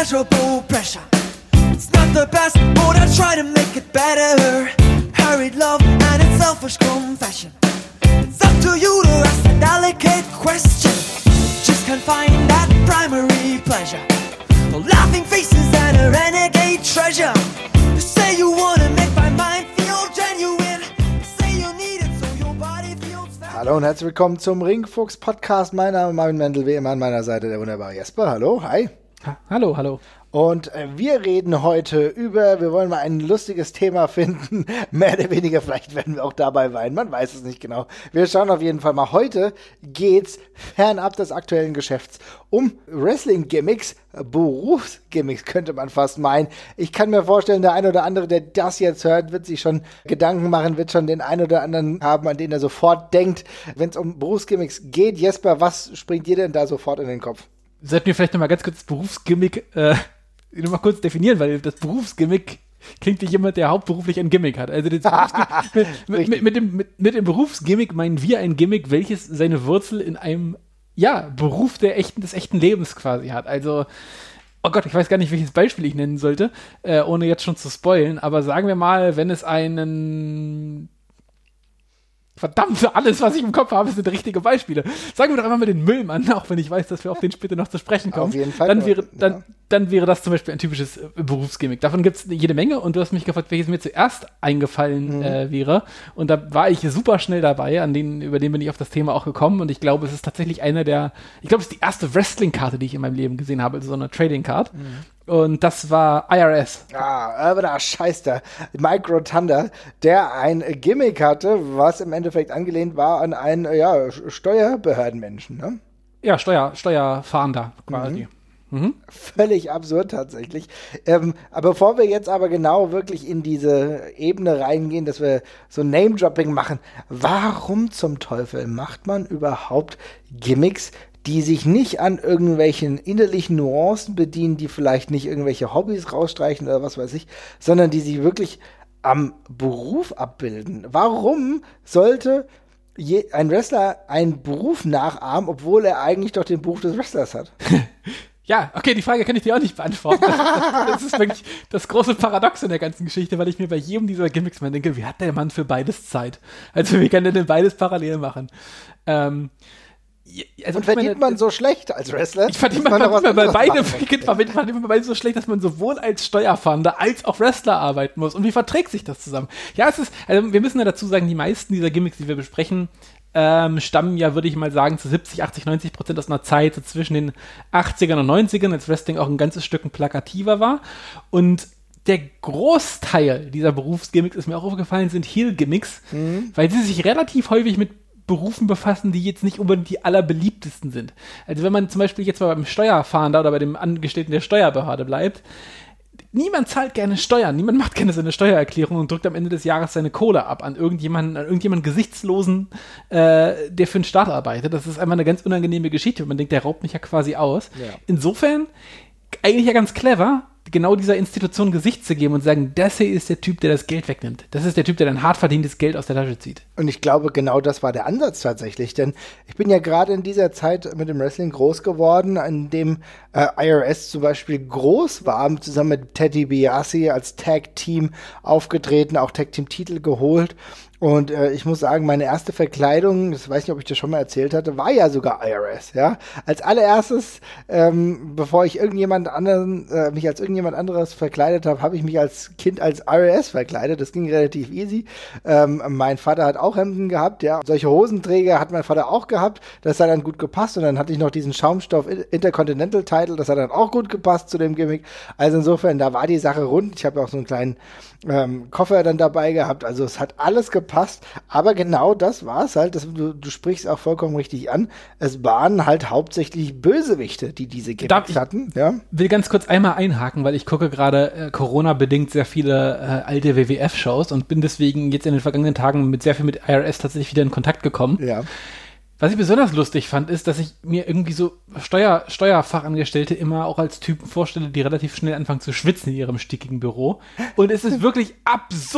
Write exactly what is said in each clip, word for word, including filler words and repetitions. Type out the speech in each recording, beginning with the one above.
pleasurable pressure. It's not the best, but I try to make it better. Hurried love and its selfish confession. It's up to you to ask a delicate question. Just can't find that primary pleasure. The laughing faces and a renegade treasure. You say you wanna make my mind feel genuine. You say you need it so your body feels fat. Hallo und herzlich willkommen zum Ringfuchs Podcast. Mein Name ist Marvin Mendel, wie immer an meiner Seite der wunderbare Jesper. Hallo, hi. Ha, hallo, hallo. Und äh, wir reden heute über, wir wollen mal ein lustiges Thema finden, mehr oder weniger, vielleicht werden wir auch dabei weinen, man weiß es nicht genau. Wir schauen auf jeden Fall mal, heute geht's fernab des aktuellen Geschäfts um Wrestling-Gimmicks, Berufsgimmicks könnte man fast meinen. Ich kann mir vorstellen, der eine oder andere, der das jetzt hört, wird sich schon Gedanken machen, wird schon den einen oder anderen haben, an den er sofort denkt, wenn es um Berufsgimmicks geht. Jesper, was springt dir denn da sofort in den Kopf? Sollten wir vielleicht nochmal ganz kurz das Berufsgimmick äh, nochmal kurz definieren, weil das Berufsgimmick klingt wie jemand, der hauptberuflich ein Gimmick hat. Also das mit, mit, mit, mit, dem, mit, mit dem Berufsgimmick meinen wir ein Gimmick, welches seine Wurzel in einem ja, Beruf der echten, des echten Lebens quasi hat. Also, oh Gott, ich weiß gar nicht, welches Beispiel ich nennen sollte, äh, ohne jetzt schon zu spoilen, aber sagen wir mal, wenn es einen verdammt, für alles, was ich im Kopf habe, sind richtige Beispiele. Sagen wir doch einfach mal den Müllmann, auch wenn ich weiß, dass wir auf den später noch zu sprechen kommen. Auf jeden Fall. Dann wäre, dann, ja. dann wäre das zum Beispiel ein typisches äh, Berufsgimmick. Davon gibt es jede Menge und du hast mich gefragt, welches mir zuerst eingefallen mhm. äh, wäre. Und da war ich super schnell dabei, an denen, über den bin ich auf das Thema auch gekommen und ich glaube, es ist tatsächlich einer der, ich glaube, es ist die erste Wrestling-Karte, die ich in meinem Leben gesehen habe, also so eine Trading-Card. Mhm. Und das war I R S. Ah, aber da scheiß da. Mike Rotunda, der ein Gimmick hatte, was im Endeffekt angelehnt war an einen ja, Steuerbehördenmenschen, ne? Ja, Steuer, Steuerfahnder quasi. Mhm. Mhm. Völlig absurd tatsächlich. Ähm, aber bevor wir jetzt aber genau wirklich in diese Ebene reingehen, dass wir so Name-Dropping machen, warum zum Teufel macht man überhaupt Gimmicks, die sich nicht an irgendwelchen innerlichen Nuancen bedienen, die vielleicht nicht irgendwelche Hobbys rausstreichen oder was weiß ich, sondern die sich wirklich am Beruf abbilden? Warum sollte je, ein Wrestler einen Beruf nachahmen, obwohl er eigentlich doch den Beruf des Wrestlers hat? Ja, okay, die Frage kann ich dir auch nicht beantworten. Das, das ist wirklich das große Paradox in der ganzen Geschichte, weil ich mir bei jedem dieser Gimmicks mal denke, wie hat der Mann für beides Zeit? Also wie kann der denn beides parallel machen? Ähm, Also und verdient meine, man so schlecht als Wrestler? Ich verdiene man, man, man bei beide verdient man so schlecht, dass man sowohl als Steuerfahnder als auch Wrestler arbeiten muss. Und wie verträgt sich das zusammen? Ja, es ist, also wir müssen ja dazu sagen, die meisten dieser Gimmicks, die wir besprechen, ähm, stammen ja, würde ich mal sagen, zu siebzig, achtzig, neunzig Prozent aus einer Zeit so zwischen den achtzigern und neunzigern, als Wrestling auch ein ganzes Stück plakativer war. Und der Großteil dieser Berufsgimmicks, ist mir auch aufgefallen, sind Heel-Gimmicks, mhm. weil sie sich relativ häufig mit Berufen befassen, die jetzt nicht unbedingt die allerbeliebtesten sind. Also wenn man zum Beispiel jetzt mal beim Steuerfahnder oder bei dem Angestellten der Steuerbehörde bleibt, niemand zahlt gerne Steuern, niemand macht gerne seine Steuererklärung und drückt am Ende des Jahres seine Kohle ab an irgendjemanden, an irgendjemanden Gesichtslosen, äh, der für den Staat arbeitet. Das ist einfach eine ganz unangenehme Geschichte und man denkt, der raubt mich ja quasi aus. Ja. Insofern, eigentlich ja ganz clever, genau dieser Institution Gesicht zu geben und sagen, das hier ist der Typ, der das Geld wegnimmt. Das ist der Typ, der dann hart verdientes Geld aus der Tasche zieht. Und ich glaube, genau das war der Ansatz tatsächlich, denn ich bin ja gerade in dieser Zeit mit dem Wrestling groß geworden, in dem äh, I R S zum Beispiel groß war, zusammen mit Teddy DiBiase als Tag-Team aufgetreten, auch Tag-Team-Titel geholt. Und äh, ich muss sagen, meine erste Verkleidung, das weiß nicht, ob ich das schon mal erzählt hatte, war ja sogar I R S, ja. Als allererstes, ähm, bevor ich irgendjemand anderen, äh, mich als irgendjemand anderes verkleidet habe, habe ich mich als Kind als I R S verkleidet. Das ging relativ easy. Ähm, mein Vater hat auch Hemden gehabt, ja. Solche Hosenträger hat mein Vater auch gehabt. Das hat dann gut gepasst. Und dann hatte ich noch diesen Schaumstoff Intercontinental Title. Das hat dann auch gut gepasst zu dem Gimmick. Also insofern, da war die Sache rund. Ich habe auch so einen kleinen ähm, Koffer dann dabei gehabt. Also es hat alles gepasst. Passt, aber genau das war es halt, das, du, du sprichst auch vollkommen richtig an, es waren halt hauptsächlich Bösewichte, die diese Gimmicks hatten. Ja? Ich will ganz kurz einmal einhaken, weil ich gucke gerade äh, Corona-bedingt sehr viele äh, alte W W F-Shows und bin deswegen jetzt in den vergangenen Tagen mit sehr viel mit I R S tatsächlich wieder in Kontakt gekommen. Ja. Was ich besonders lustig fand, ist, dass ich mir irgendwie so Steuer, Steuerfachangestellte immer auch als Typen vorstelle, die relativ schnell anfangen zu schwitzen in ihrem stickigen Büro. Und es ist wirklich absurd,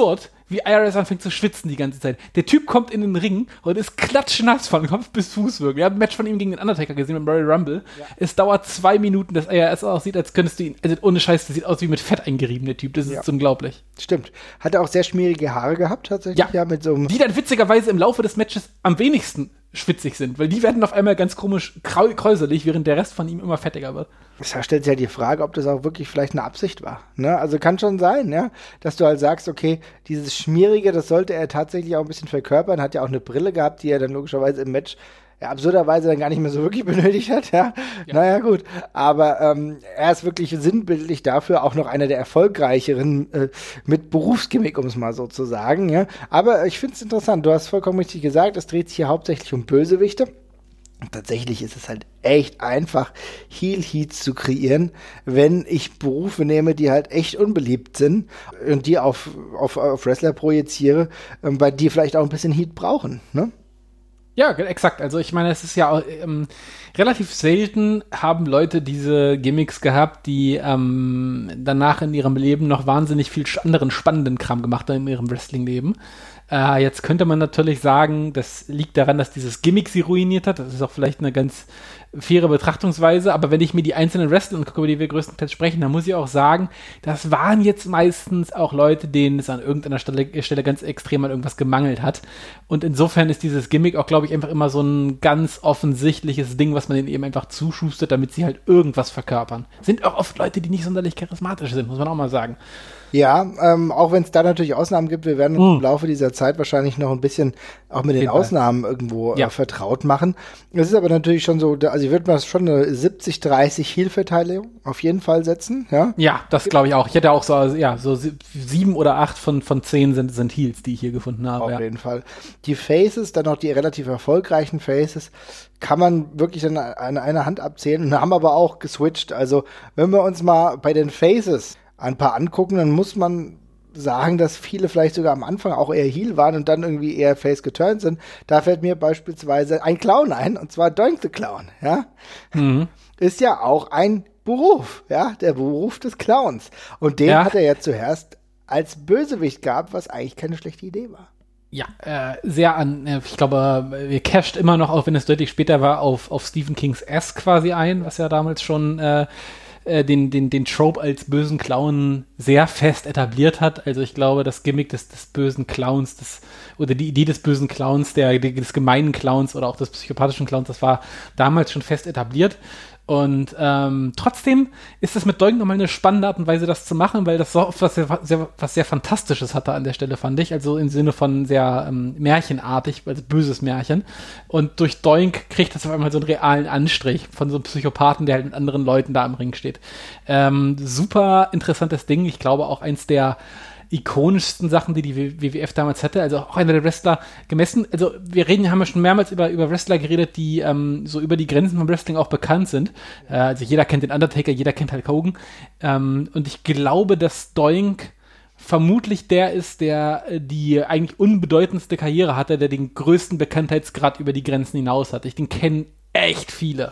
wie I R S anfängt zu schwitzen die ganze Zeit. Der Typ kommt in den Ring und ist klatschnass von Kopf bis Fuß wirklich. Wir haben ein Match von ihm gegen den Undertaker gesehen mit Royal Rumble. Ja. Es dauert zwei Minuten, dass I R S aussieht, als könntest du ihn, also ohne Scheiß, das sieht aus wie mit Fett eingerieben, der Typ. Das ist ja. unglaublich. Stimmt. Hat er auch sehr schmierige Haare gehabt, tatsächlich. Ja, ja mit so einem die dann witzigerweise im Laufe des Matches am wenigsten schwitzig sind, weil die werden auf einmal ganz komisch krau- kräuselig, während der Rest von ihm immer fettiger wird. Da stellt sich ja die Frage, ob das auch wirklich vielleicht eine Absicht war. Ne? Also kann schon sein, ja, dass du halt sagst, okay, dieses Schmierige, das sollte er tatsächlich auch ein bisschen verkörpern, hat ja auch eine Brille gehabt, die er dann logischerweise im Match ja, absurderweise dann gar nicht mehr so wirklich benötigt hat, ja. ja. Naja, gut. Aber ähm, er ist wirklich sinnbildlich dafür auch noch einer der erfolgreicheren äh, mit Berufsgimmick, um es mal so zu sagen, ja. Aber ich finde es interessant, du hast vollkommen richtig gesagt, es dreht sich hier hauptsächlich um Bösewichte. Und tatsächlich ist es halt echt einfach, Heel-Heats zu kreieren, wenn ich Berufe nehme, die halt echt unbeliebt sind und die auf, auf, auf Wrestler projiziere, ähm, bei die vielleicht auch ein bisschen Heat brauchen, ne? Ja, exakt. Also ich meine, es ist ja ähm, relativ selten haben Leute diese Gimmicks gehabt, die ähm, danach in ihrem Leben noch wahnsinnig viel anderen spannenden Kram gemacht haben in ihrem Wrestling-Leben. Äh, jetzt könnte man natürlich sagen, das liegt daran, dass dieses Gimmick sie ruiniert hat. Das ist auch vielleicht eine ganz faire Betrachtungsweise, aber wenn ich mir die einzelnen Wrestler angucke, über die wir größtenteils sprechen, dann muss ich auch sagen, das waren jetzt meistens auch Leute, denen es an irgendeiner Stelle, Stelle ganz extrem an irgendwas gemangelt hat. Und insofern ist dieses Gimmick auch, glaube ich, einfach immer so ein ganz offensichtliches Ding, was man denen eben einfach zuschustert, damit sie halt irgendwas verkörpern. Sind auch oft Leute, die nicht sonderlich charismatisch sind, muss man auch mal sagen. Ja, ähm, auch wenn es da natürlich Ausnahmen gibt, wir werden mm. im Laufe dieser Zeit wahrscheinlich noch ein bisschen auch mit den Jeden Ausnahmen Fall. irgendwo ja. äh, vertraut machen. Es ist aber natürlich schon so, also ich würde mal schon eine siebzig dreißig Heel-Verteilung auf jeden Fall setzen, ja? Ja, das glaube ich auch. Ich hätte auch so, ja, so sieben oder acht von, von zehn sind, sind Heels, die ich hier gefunden habe. Auf ja. jeden Fall. Die Faces, dann auch die relativ erfolgreichen Faces, kann man wirklich an einer Hand abzählen und haben aber auch geswitcht. Also wenn wir uns mal bei den Faces ein paar angucken, dann muss man sagen, dass viele vielleicht sogar am Anfang auch eher Heel waren und dann irgendwie eher Face geturnt sind. Da fällt mir beispielsweise ein Clown ein, und zwar Doink the Clown, ja. Mhm. Ist ja auch ein Beruf, ja, der Beruf des Clowns. Und den ja. hat er ja zuerst als Bösewicht gehabt, was eigentlich keine schlechte Idee war. Ja, äh, sehr an, äh, ich glaube, wir casht immer noch, auch wenn es deutlich später war, auf, auf Stephen Kings S quasi ein, was ja damals schon äh, Den, den, den Trope als bösen Clown sehr fest etabliert hat. Also ich glaube, das Gimmick des, des bösen Clowns, das, oder die Idee des bösen Clowns, der, des gemeinen Clowns oder auch des psychopathischen Clowns, das war damals schon fest etabliert. Und ähm, trotzdem ist es mit Doink nochmal eine spannende Art und Weise, das zu machen, weil das so oft was sehr, sehr, was sehr Fantastisches hatte an der Stelle, fand ich. Also im Sinne von sehr ähm, märchenartig, also böses Märchen. Und durch Doink kriegt das auf einmal so einen realen Anstrich von so einem Psychopathen, der halt mit anderen Leuten da im Ring steht. Ähm, super interessantes Ding. Ich glaube auch eins der ikonischsten Sachen, die die W W F damals hatte, also auch einer der Wrestler gemessen, also wir reden, haben ja schon mehrmals über, über Wrestler geredet, die ähm, so über die Grenzen vom Wrestling auch bekannt sind, äh, also jeder kennt den Undertaker, jeder kennt Hulk Hogan, ähm, und ich glaube, dass Doink vermutlich der ist, der äh, die eigentlich unbedeutendste Karriere hatte, der den größten Bekanntheitsgrad über die Grenzen hinaus hat. Ich den kennen echt viele.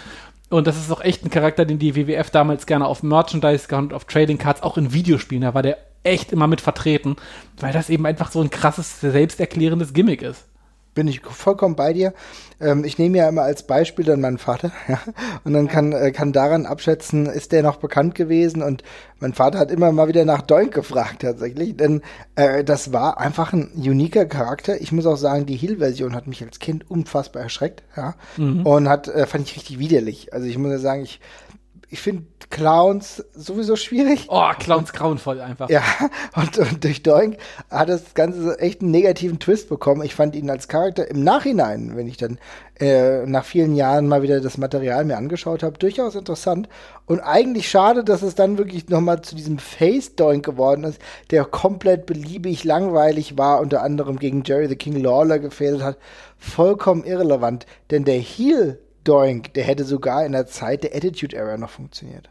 Und das ist auch echt ein Charakter, den die W W F damals gerne auf Merchandise und auf Trading Cards, auch in Videospielen, da war der echt immer mit vertreten, weil das eben einfach so ein krasses, selbsterklärendes Gimmick ist. Bin ich vollkommen bei dir. Ähm, ich nehme ja immer als Beispiel dann meinen Vater, ja, und dann kann, äh, kann daran abschätzen, ist der noch bekannt gewesen, und mein Vater hat immer mal wieder nach Doink gefragt tatsächlich, denn äh, das war einfach ein uniker Charakter. Ich muss auch sagen, die Heel-Version hat mich als Kind unfassbar erschreckt, ja, mhm. und hat, äh, fand ich richtig widerlich. Also ich muss ja sagen, ich Ich finde Clowns sowieso schwierig. Oh, Clowns grauenvoll einfach. Ja, und, und durch Doink hat das Ganze echt einen negativen Twist bekommen. Ich fand ihn als Charakter im Nachhinein, wenn ich dann äh, nach vielen Jahren mal wieder das Material mir angeschaut habe, durchaus interessant. Und eigentlich schade, dass es dann wirklich nochmal zu diesem Face-Doink geworden ist, der komplett beliebig langweilig war, unter anderem gegen Jerry the King Lawler gefädelt hat. Vollkommen irrelevant, denn der Heel Doink, der hätte sogar in der Zeit der Attitude Era noch funktioniert.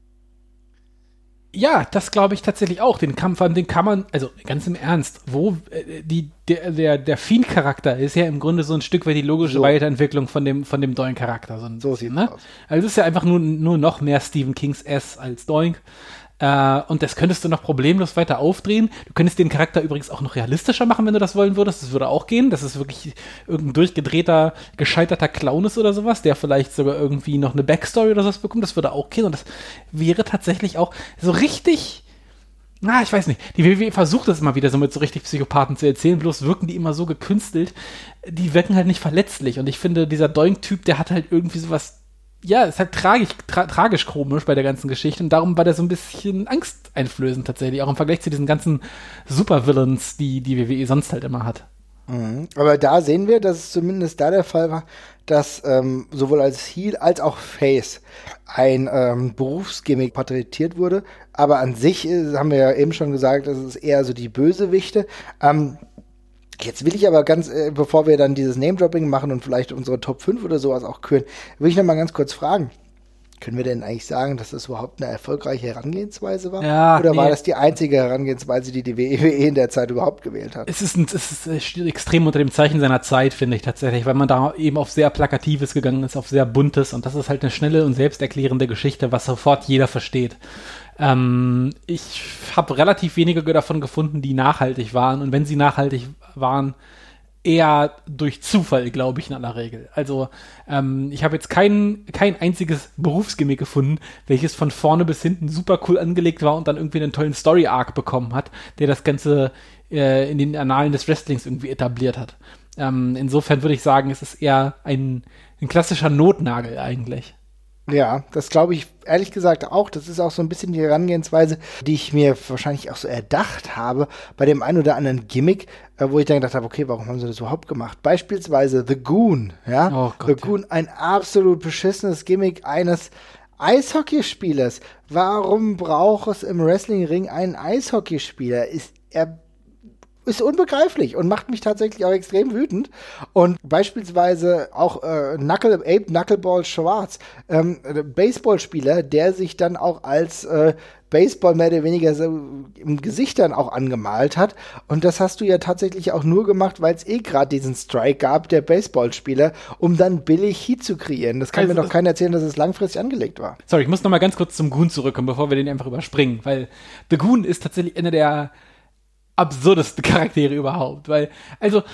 Ja, das glaube ich tatsächlich auch. Den kann, den kann man, also ganz im Ernst, wo äh, die, der, der, der Fiend-Charakter ist ja im Grunde so ein Stück weit die logische so. Weiterentwicklung von dem, von dem Doink-Charakter. So, so sieht es ne? aus. Also es ist ja einfach nur, nur noch mehr Stephen Kings S als Doink. Äh, und das könntest du noch problemlos weiter aufdrehen. Du könntest den Charakter übrigens auch noch realistischer machen, wenn du das wollen würdest. Das würde auch gehen, dass es wirklich irgendein durchgedrehter, gescheiterter Clown ist oder sowas, der vielleicht sogar irgendwie noch eine Backstory oder sowas bekommt. Das würde auch gehen. Und das wäre tatsächlich auch so richtig, na, ich weiß nicht. Die W W E versucht das immer wieder so mit so richtig Psychopathen zu erzählen, bloß wirken die immer so gekünstelt. Die wirken halt nicht verletzlich. Und ich finde, dieser Doink-Typ, der hat halt irgendwie sowas, ja, ist halt tragisch, tra- tragisch komisch bei der ganzen Geschichte und darum war der so ein bisschen angsteinflößend tatsächlich, auch im Vergleich zu diesen ganzen Supervillains, die die W W E sonst halt immer hat. Mhm. Aber da sehen wir, dass es zumindest da der Fall war, dass ähm, sowohl als Heel als auch Face ein ähm, Berufsgimmick porträtiert wurde, aber an sich ist, haben wir ja eben schon gesagt, das ist eher so die Bösewichte. Ähm, Jetzt will ich aber ganz, äh, bevor wir dann dieses Name-Dropping machen und vielleicht unsere Top fünf oder sowas auch küren, will ich noch mal ganz kurz fragen. Können wir denn eigentlich sagen, dass das überhaupt eine erfolgreiche Herangehensweise war? Ja, oder nee. war das die einzige Herangehensweise, die die W W E in der Zeit überhaupt gewählt hat? Es ist, ein, es ist äh, extrem unter dem Zeichen seiner Zeit, finde ich tatsächlich, weil man da eben auf sehr Plakatives gegangen ist, auf sehr Buntes und das ist halt eine schnelle und selbsterklärende Geschichte, was sofort jeder versteht. Ähm, ich habe relativ wenige davon gefunden, die nachhaltig waren und wenn sie nachhaltig waren, eher durch Zufall, glaube ich, in aller Regel. Also ähm, ich habe jetzt kein, kein einziges Berufsgimmick gefunden, welches von vorne bis hinten super cool angelegt war und dann irgendwie einen tollen Story-Arc bekommen hat, der das Ganze äh, in den Annalen des Wrestlings irgendwie etabliert hat. Ähm, insofern würde ich sagen, es ist eher ein, ein klassischer Notnagel eigentlich. Ja, das glaube ich ehrlich gesagt auch. Das ist auch so ein bisschen die Herangehensweise, die ich mir wahrscheinlich auch so erdacht habe bei dem einen oder anderen Gimmick, äh, wo ich dann gedacht habe, okay, warum haben sie das überhaupt gemacht? Beispielsweise The Goon, ja? Oh Gott, The Goon, ein absolut beschissenes Gimmick eines Eishockeyspielers. Warum braucht es im Wrestlingring einen Eishockeyspieler? Ist er ist unbegreiflich und macht mich tatsächlich auch extrem wütend. Und beispielsweise auch äh, Knuckle, Abe Knuckleball Schwarz, ähm, Baseballspieler, der sich dann auch als äh, Baseball mehr oder weniger so im Gesicht dann auch angemalt hat. Und das hast du ja tatsächlich auch nur gemacht, weil es eh gerade diesen Strike gab, der Baseballspieler, um dann billig Heat zu kreieren. Das kann also, mir doch keiner erzählen, dass es langfristig angelegt war. Sorry, ich muss noch mal ganz kurz zum Goon zurückkommen, bevor wir den einfach überspringen, weil The Goon ist tatsächlich einer der absurdesten Charaktere überhaupt, weil, also,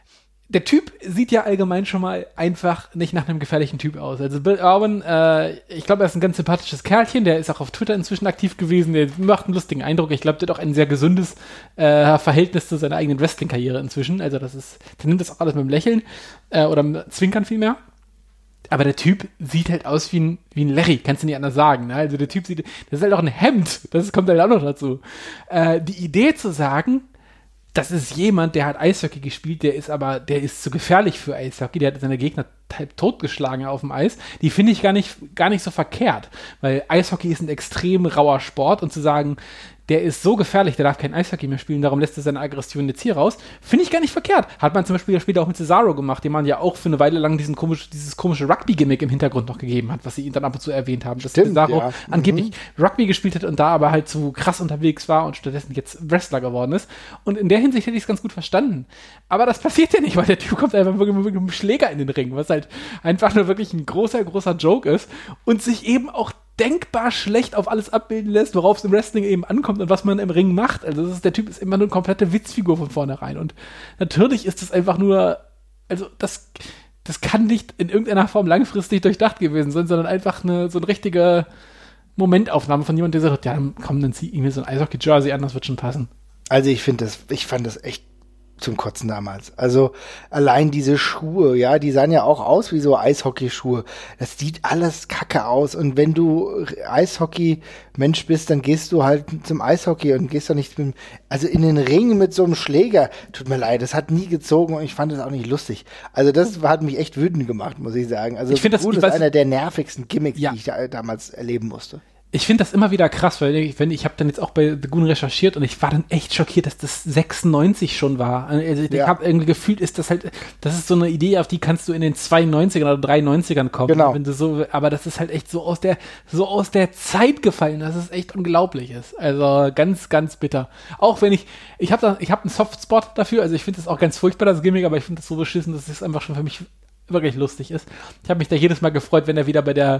der Typ sieht ja allgemein schon mal einfach nicht nach einem gefährlichen Typ aus. Also Bill Irwin, äh, ich glaube, er ist ein ganz sympathisches Kerlchen, der ist auch auf Twitter inzwischen aktiv gewesen, der macht einen lustigen Eindruck. Ich glaube, der hat auch ein sehr gesundes äh, Verhältnis zu seiner eigenen Wrestling-Karriere inzwischen. Also das ist, der nimmt das auch alles mit dem Lächeln äh, oder mit dem Zwinkern vielmehr. Aber der Typ sieht halt aus wie ein, wie ein Larry, kannst du nicht anders sagen. Ne? Also der Typ sieht, das ist halt auch ein Hemd, das kommt halt auch noch dazu. Äh, die Idee zu sagen, das ist jemand, der hat Eishockey gespielt, der ist aber, der ist zu gefährlich für Eishockey, der hat seine Gegner halb totgeschlagen auf dem Eis, die finde ich gar nicht, gar nicht so verkehrt, weil Eishockey ist ein extrem rauer Sport und zu sagen, der ist so gefährlich, der darf kein Eishockey mehr spielen, darum lässt er seine Aggression jetzt hier raus, finde ich gar nicht verkehrt. Hat man zum Beispiel später auch mit Cesaro gemacht, dem man ja auch für eine Weile lang diesen komisch, dieses komische Rugby-Gimmick im Hintergrund noch gegeben hat, was sie ihn dann ab und zu erwähnt haben, dass Stimmt, Cesaro ja. angeblich mhm. Rugby gespielt hat und da aber halt so krass unterwegs war und stattdessen jetzt Wrestler geworden ist. Und in der Hinsicht hätte ich es ganz gut verstanden. Aber das passiert ja nicht, weil der Typ kommt einfach wirklich mit einem Schläger in den Ring, was halt einfach nur wirklich ein großer, großer Joke ist und sich eben auch denkbar schlecht auf alles abbilden lässt, worauf es im Wrestling eben ankommt und was man im Ring macht. Also das ist, der Typ ist immer nur eine komplette Witzfigur von vornherein. Und natürlich ist das einfach nur, also das, das kann nicht in irgendeiner Form langfristig durchdacht gewesen sein, sondern einfach eine, so eine richtige Momentaufnahme von jemandem, der sagt, ja, komm, dann zieh ich mir so ein Eishockey-Jersey an, das wird schon passen. Also ich finde das, ich fand das echt zum Kotzen damals. Also allein diese Schuhe, ja, die sahen ja auch aus wie so Eishockeyschuhe. Das sieht alles kacke aus. Und wenn du Eishockey-Mensch bist, dann gehst du halt zum Eishockey und gehst doch nicht mit, also in den Ring mit so einem Schläger. Tut mir leid, das hat nie gezogen und ich fand das auch nicht lustig. Also das hat mich echt wütend gemacht, muss ich sagen. Also ich finde das, gut, ich ist weiß, einer der nervigsten Gimmicks, ja. die ich da, damals erleben musste. Ich finde das immer wieder krass, weil ich, wenn ich habe dann jetzt auch bei The Goon recherchiert und ich war dann echt schockiert, dass das sechsundneunzig schon war. Also ich ja. habe irgendwie gefühlt, ist das halt, das ist so eine Idee, auf die kannst du in den zweiundneunzigern oder dreiundneunzigern kommen. Genau. Wenn du so, aber das ist halt echt so aus der, so aus der Zeit gefallen, dass es echt unglaublich ist. Also ganz, ganz bitter. Auch wenn ich, ich habe da, ich habe einen Softspot dafür, also ich finde das auch ganz furchtbar, das Gimmick, aber ich finde das so beschissen, dass es einfach schon für mich wirklich lustig ist. Ich habe mich da jedes Mal gefreut, wenn er wieder bei der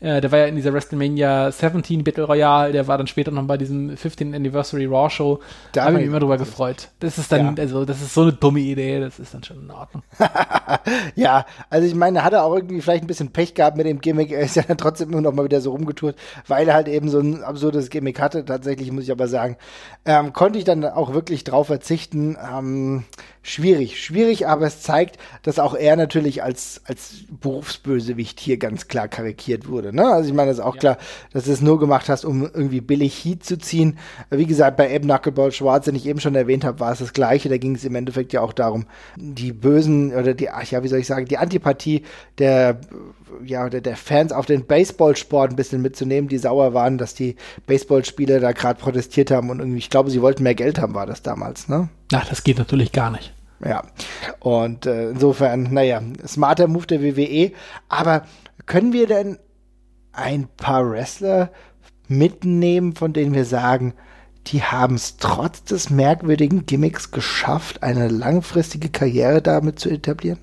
Äh, der war ja in dieser WrestleMania siebzehn Battle Royale, der war dann später noch bei diesem fiftieth Anniversary Raw Show. Da habe ich mich immer drüber gefreut. Das ist dann, ja. also das ist so eine dumme Idee, das ist dann schon in Ordnung. Ja, also ich meine, hat er auch irgendwie vielleicht ein bisschen Pech gehabt mit dem Gimmick. Er ist ja dann trotzdem immer noch mal wieder so rumgetourt, weil er halt eben so ein absurdes Gimmick hatte. Tatsächlich muss ich aber sagen, ähm, konnte ich dann auch wirklich drauf verzichten. Ähm, schwierig, schwierig, aber es zeigt, dass auch er natürlich als, als Berufsbösewicht hier ganz klar karikiert wurde. Ne? Also ich meine, es ist auch ja. klar, dass du es nur gemacht hast, um irgendwie billig Heat zu ziehen. Wie gesagt, bei Abe Knuckleball Schwarz, den ich eben schon erwähnt habe, war es das Gleiche. Da ging es im Endeffekt ja auch darum, die Bösen oder die, ach ja, wie soll ich sagen, die Antipathie der, ja, der, der Fans auf den Baseballsport ein bisschen mitzunehmen, die sauer waren, dass die Baseballspieler da gerade protestiert haben und irgendwie, ich glaube, sie wollten mehr Geld haben, war das damals, ne? Ach, das geht natürlich gar nicht. Ja, und äh, insofern, naja, smarter Move der W W E. Aber können wir denn ein paar Wrestler mitnehmen, von denen wir sagen, die haben es trotz des merkwürdigen Gimmicks geschafft, eine langfristige Karriere damit zu etablieren?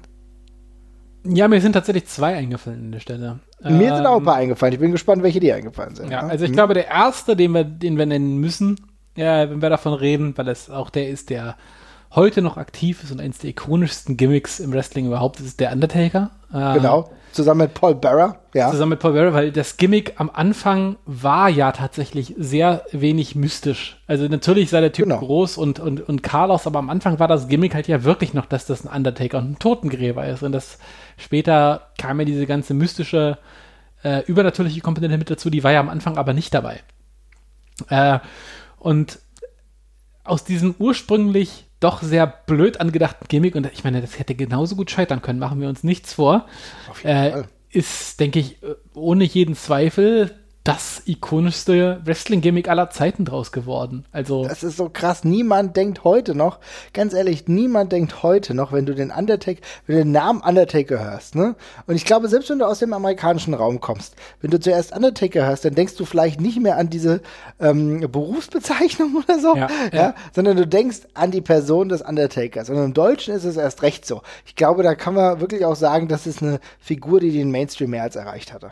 Ja, mir sind tatsächlich zwei eingefallen an der Stelle. Mir ähm, sind auch ein paar eingefallen. Ich bin gespannt, welche dir eingefallen sind. Ja, also ich hm. glaube, der erste, den wir, den wir nennen müssen, ja, wenn wir davon reden, weil es auch der ist, der heute noch aktiv ist und eines der ikonischsten Gimmicks im Wrestling überhaupt, ist der Undertaker. Genau, zusammen mit Paul Bearer. Ja. Zusammen mit Paul Bearer, weil das Gimmick am Anfang war ja tatsächlich sehr wenig mystisch. Also natürlich sei der Typ genau. groß und, und, und Carlos, aber am Anfang war das Gimmick halt ja wirklich noch, dass das ein Undertaker und ein Totengräber ist. Und das später kam ja diese ganze mystische, äh, übernatürliche Komponente mit dazu, die war ja am Anfang aber nicht dabei. Äh, und aus diesem ursprünglich doch sehr blöd angedachten Gimmick, und ich meine, das hätte genauso gut scheitern können, machen wir uns nichts vor, Auf jeden äh, Fall. ist, denke ich, ohne jeden Zweifel das ikonischste Wrestling-Gimmick aller Zeiten draus geworden. Also das ist so krass. Niemand denkt heute noch, ganz ehrlich, niemand denkt heute noch, wenn du den Undertaker, wenn du den Namen Undertaker hörst, ne? Und ich glaube, selbst wenn du aus dem amerikanischen Raum kommst, wenn du zuerst Undertaker hörst, dann denkst du vielleicht nicht mehr an diese ähm, Berufsbezeichnung oder so, ja, ja, ja. sondern du denkst an die Person des Undertakers. Und im Deutschen ist es erst recht so. Ich glaube, da kann man wirklich auch sagen, das ist eine Figur, die den Mainstream mehr als erreicht hatte.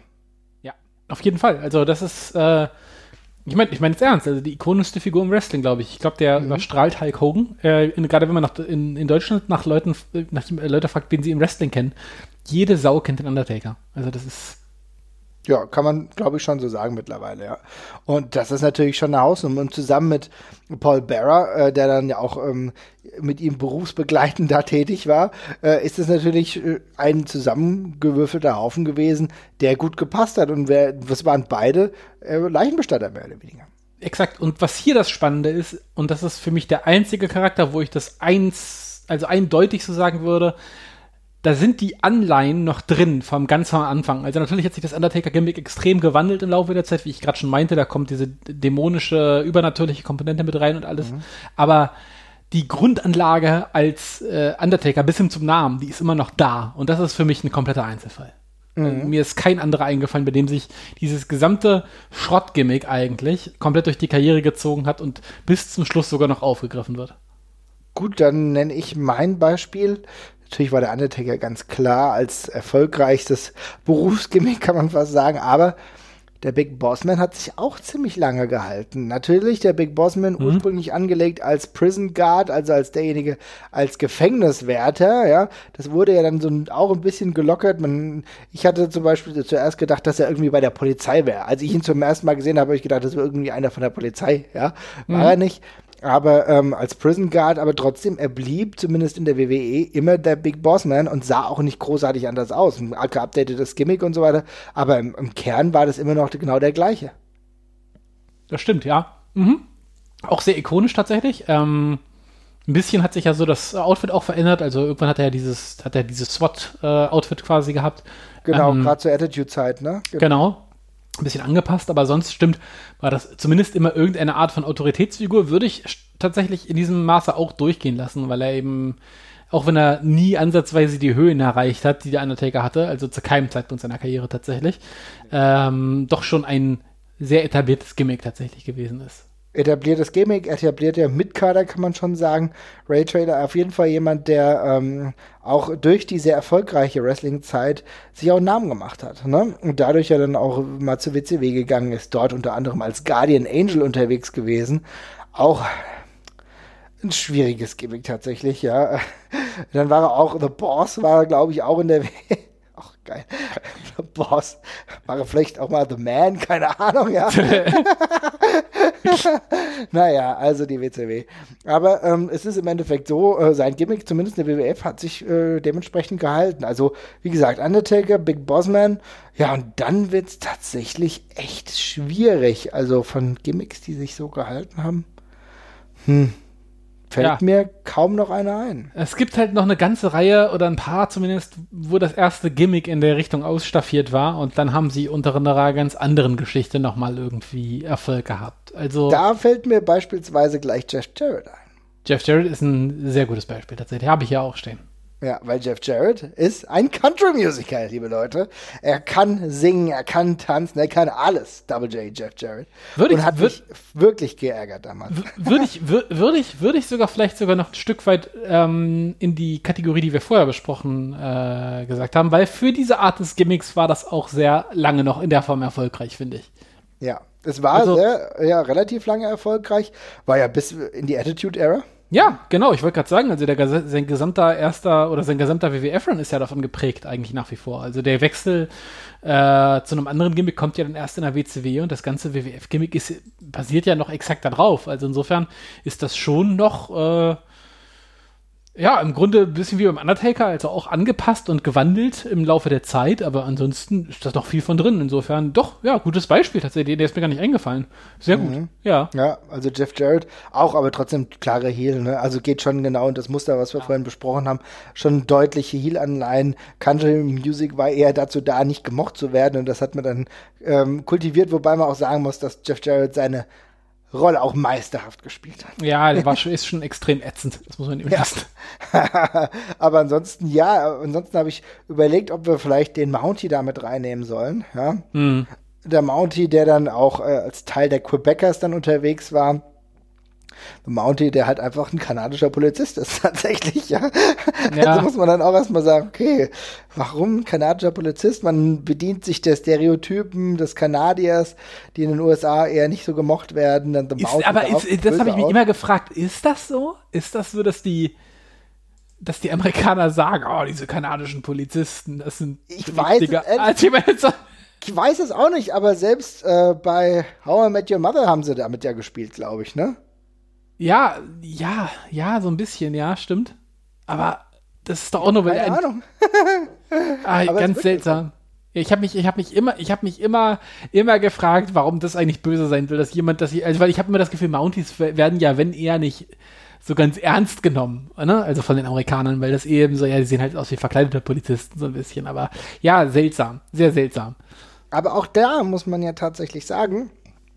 Auf jeden Fall. Also das ist, äh, ich meine ich meine jetzt ernst, also die ikonischste Figur im Wrestling, glaube ich. Ich glaube, der mhm. überstrahlt Hulk Hogan. Äh, in, gerade wenn man nach, in, in Deutschland nach Leuten, nach äh, Leute fragt, wen sie im Wrestling kennen, jede Sau kennt den Undertaker. Also das ist ja, kann man, glaube ich, schon so sagen mittlerweile, ja. Und das ist natürlich schon eine Hausnummer. Und zusammen mit Paul Bearer, äh, der dann ja auch ähm, mit ihm berufsbegleitend da tätig war, äh, ist es natürlich äh, ein zusammengewürfelter Haufen gewesen, der gut gepasst hat. Und wer, das waren beide äh, Leichenbestatter, mehr oder weniger. Exakt. Und was hier das Spannende ist, und das ist für mich der einzige Charakter, wo ich das eins, also eindeutig so sagen würde, da sind die Anleihen noch drin vom ganz am Anfang. Also natürlich hat sich das Undertaker-Gimmick extrem gewandelt im Laufe der Zeit, wie ich gerade schon meinte, da kommt diese dämonische, übernatürliche Komponente mit rein und alles. Mhm. Aber die Grundanlage als äh, Undertaker bis hin zum Namen, die ist immer noch da. Und das ist für mich ein kompletter Einzelfall. Mhm. Also, mir ist kein anderer eingefallen, bei dem sich dieses gesamte Schrottgimmick eigentlich komplett durch die Karriere gezogen hat und bis zum Schluss sogar noch aufgegriffen wird. Gut, dann nenne ich mein Beispiel. Natürlich war der Undertaker ganz klar als erfolgreichstes Berufsgimmick, kann man fast sagen, aber der Big Boss Man hat sich auch ziemlich lange gehalten. Natürlich der Big Boss Man mhm. ursprünglich angelegt als Prison Guard, also als derjenige, als Gefängniswärter, ja. Das wurde ja dann so auch ein bisschen gelockert. Man, ich hatte zum Beispiel zuerst gedacht, dass er irgendwie bei der Polizei wäre. Als ich ihn zum ersten Mal gesehen habe, habe ich gedacht, das wäre irgendwie einer von der Polizei, ja. War mhm. er nicht. Aber ähm, als Prison Guard, aber trotzdem, er blieb zumindest in der W W E immer der Big Boss Man und sah auch nicht großartig anders aus. Ein geupdatetes Gimmick und so weiter, aber im, im Kern war das immer noch genau der gleiche. Das stimmt, ja. Mhm. Auch sehr ikonisch tatsächlich. Ähm, ein bisschen hat sich ja so das Outfit auch verändert. Also irgendwann hat er ja dieses, hat er dieses SWAT-Outfit äh, quasi gehabt. Genau, ähm, gerade zur Attitude-Zeit, ne? Genau. genau. Ein bisschen angepasst, aber sonst stimmt, war das zumindest immer irgendeine Art von Autoritätsfigur, würde ich tatsächlich in diesem Maße auch durchgehen lassen, weil er eben, auch wenn er nie ansatzweise die Höhen erreicht hat, die der Undertaker hatte, also zu keinem Zeitpunkt seiner Karriere tatsächlich, ähm, doch schon ein sehr etabliertes Gimmick tatsächlich gewesen ist. etabliertes Gimmick, etablierter Mitkader, kann man schon sagen. Ray Traylor auf jeden Fall jemand, der ähm, auch durch die sehr erfolgreiche Wrestling-Zeit sich auch einen Namen gemacht hat. Ne? Und dadurch ja dann auch mal zu W C W gegangen ist, dort unter anderem als Guardian Angel unterwegs gewesen. Auch ein schwieriges Gimmick tatsächlich, ja. Dann war er auch, The Boss war er, glaube ich, auch in der W C W. Ach, geil. The Boss. War er vielleicht auch mal The Man? Keine Ahnung, ja. Naja, also die W C W. Aber ähm, es ist im Endeffekt so, äh, sein Gimmick, zumindest in der W W F, hat sich äh, dementsprechend gehalten. Also, wie gesagt, Undertaker, Big Boss Man. Ja, und dann wird es tatsächlich echt schwierig. Also von Gimmicks, die sich so gehalten haben. Hm. Fällt Ja. mir kaum noch einer ein. Es gibt halt noch eine ganze Reihe oder ein paar zumindest, wo das erste Gimmick in der Richtung ausstaffiert war und dann haben sie unter einer ganz anderen Geschichte nochmal irgendwie Erfolg gehabt. Also Da fällt mir beispielsweise gleich Jeff Jarrett ein. Jeff Jarrett ist ein sehr gutes Beispiel tatsächlich. Habe ich ja auch stehen. Ja, weil Jeff Jarrett ist ein Country-Musiker, liebe Leute. Er kann singen, er kann tanzen, er kann alles. Double J, Jeff Jarrett. Würde Und ich- hat würd- mich wirklich geärgert damals. Würde ich, wür- würde ich, würde ich sogar vielleicht sogar noch ein Stück weit ähm, in die Kategorie, die wir vorher besprochen äh, gesagt haben, weil für diese Art des Gimmicks war das auch sehr lange noch in der Form erfolgreich, finde ich. Ja, es war Also- sehr, ja, relativ lange erfolgreich. War ja bis in die Attitude-Era. Ja, genau, ich wollte gerade sagen, also der, ges- sein gesamter erster oder sein gesamter W W F-Run ist ja davon geprägt eigentlich nach wie vor. Also der Wechsel äh, zu einem anderen Gimmick kommt ja dann erst in der W C W und das ganze W W F-Gimmick ist, basiert ja noch exakt darauf. Also insofern ist das schon noch äh, ja, im Grunde ein bisschen wie beim Undertaker, also auch angepasst und gewandelt im Laufe der Zeit, aber ansonsten ist da noch viel von drin. Insofern doch, ja, gutes Beispiel tatsächlich, der ist mir gar nicht eingefallen. Sehr gut, ja. Ja, also Jeff Jarrett auch, aber trotzdem klare Heel, ne? Also geht schon genau in das Muster, was wir vorhin besprochen haben, schon deutliche Heel-Anleihen. Country Music war eher dazu da, nicht gemocht zu werden und das hat man dann ähm, kultiviert, wobei man auch sagen muss, dass Jeff Jarrett seine Rolle auch meisterhaft gespielt hat. Ja, der war schon, ist schon extrem ätzend, das muss man ihm Ja. lassen. Aber ansonsten, ja, ansonsten habe ich überlegt, ob wir vielleicht den Mountie da mit reinnehmen sollen, ja. Hm. Der Mountie, der dann auch äh, als Teil der Quebecers dann unterwegs war. Der Mountie, der halt einfach ein kanadischer Polizist ist, tatsächlich, ja. Ja. Also muss man dann auch erstmal sagen, okay, warum kanadischer Polizist? Man bedient sich der Stereotypen des Kanadiers, die in den U S A eher nicht so gemocht werden. Dann der Ist, Mountie aber da auch ist, das habe ich böse mich aus. immer gefragt, ist das so? Ist das so, dass die dass die Amerikaner sagen, oh, diese kanadischen Polizisten, das sind Ich weiß es, ehrlich- als ich meine, so, Ich weiß es auch nicht, aber selbst äh, bei How I Met Your Mother haben sie damit ja gespielt, glaube ich, ne? ja, ja, ja, so ein bisschen, ja, stimmt. Aber das ist doch auch nur, weil Keine ein, Ahnung. ah, aber es ganz wird seltsam. Ich habe mich, ich habe mich immer, ich habe mich immer, immer gefragt, warum das eigentlich böse sein will, dass jemand, dass ich, also weil ich habe immer das Gefühl, Mounties werden ja, wenn eher nicht so ganz ernst genommen, ne? Also von den Amerikanern, weil das eben so, ja, die sehen halt aus wie verkleidete Polizisten so ein bisschen, aber ja, seltsam, sehr seltsam. Aber auch da muss man ja tatsächlich sagen,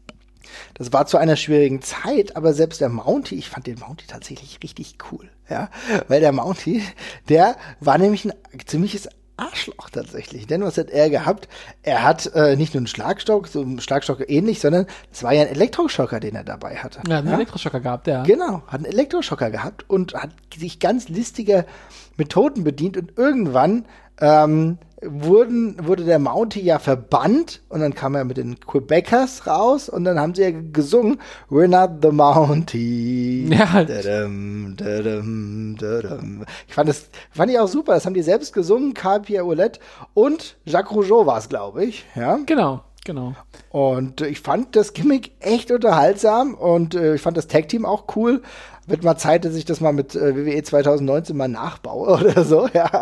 das war zu einer schwierigen Zeit, aber selbst der Mountie, ich fand den Mountie tatsächlich richtig cool, ja, weil der Mountie, der war nämlich ein ziemliches Arschloch tatsächlich, denn was hat er gehabt? Er hat äh, nicht nur einen Schlagstock, so einen Schlagstock ähnlich, sondern es war ja ein Elektroschocker, den er dabei hatte. Ja, einen Elektroschocker gehabt, ja. Genau, hat einen Elektroschocker gehabt und hat sich ganz listiger Methoden bedient und irgendwann ähm, wurden, wurde der Mountie ja verbannt und dann kam er mit den Quebecers raus und dann haben sie ja gesungen, We're not the Mountie. Ja. Dadum, dadum, dadum. Ich fand das, fand ich auch super, das haben die selbst gesungen, Carl Pierre Ouellet und Jacques Rougeau war es, glaube ich, ja. Genau, genau. Und äh, ich fand das Gimmick echt unterhaltsam und äh, ich fand das Tag-Team auch cool. Wird mal Zeit, dass ich das mal mit äh, W W E zwanzig neunzehn mal nachbaue oder so, ja.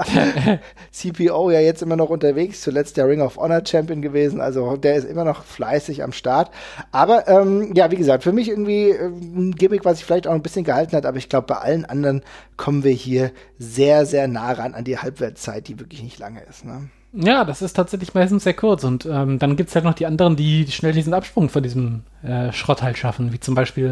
C P O ja jetzt immer noch unterwegs, zuletzt der Ring of Honor Champion gewesen, also der ist immer noch fleißig am Start. Aber ähm, ja, wie gesagt, für mich irgendwie äh, ein Gimmick, was sich vielleicht auch ein bisschen gehalten hat, aber ich glaube, bei allen anderen kommen wir hier sehr, sehr nah ran an die Halbwertszeit, die wirklich nicht lange ist, ne? Ja, das ist tatsächlich meistens sehr kurz und ähm, dann gibt es halt noch die anderen, die, die schnell diesen Absprung von diesem äh, Schrott halt schaffen, wie zum Beispiel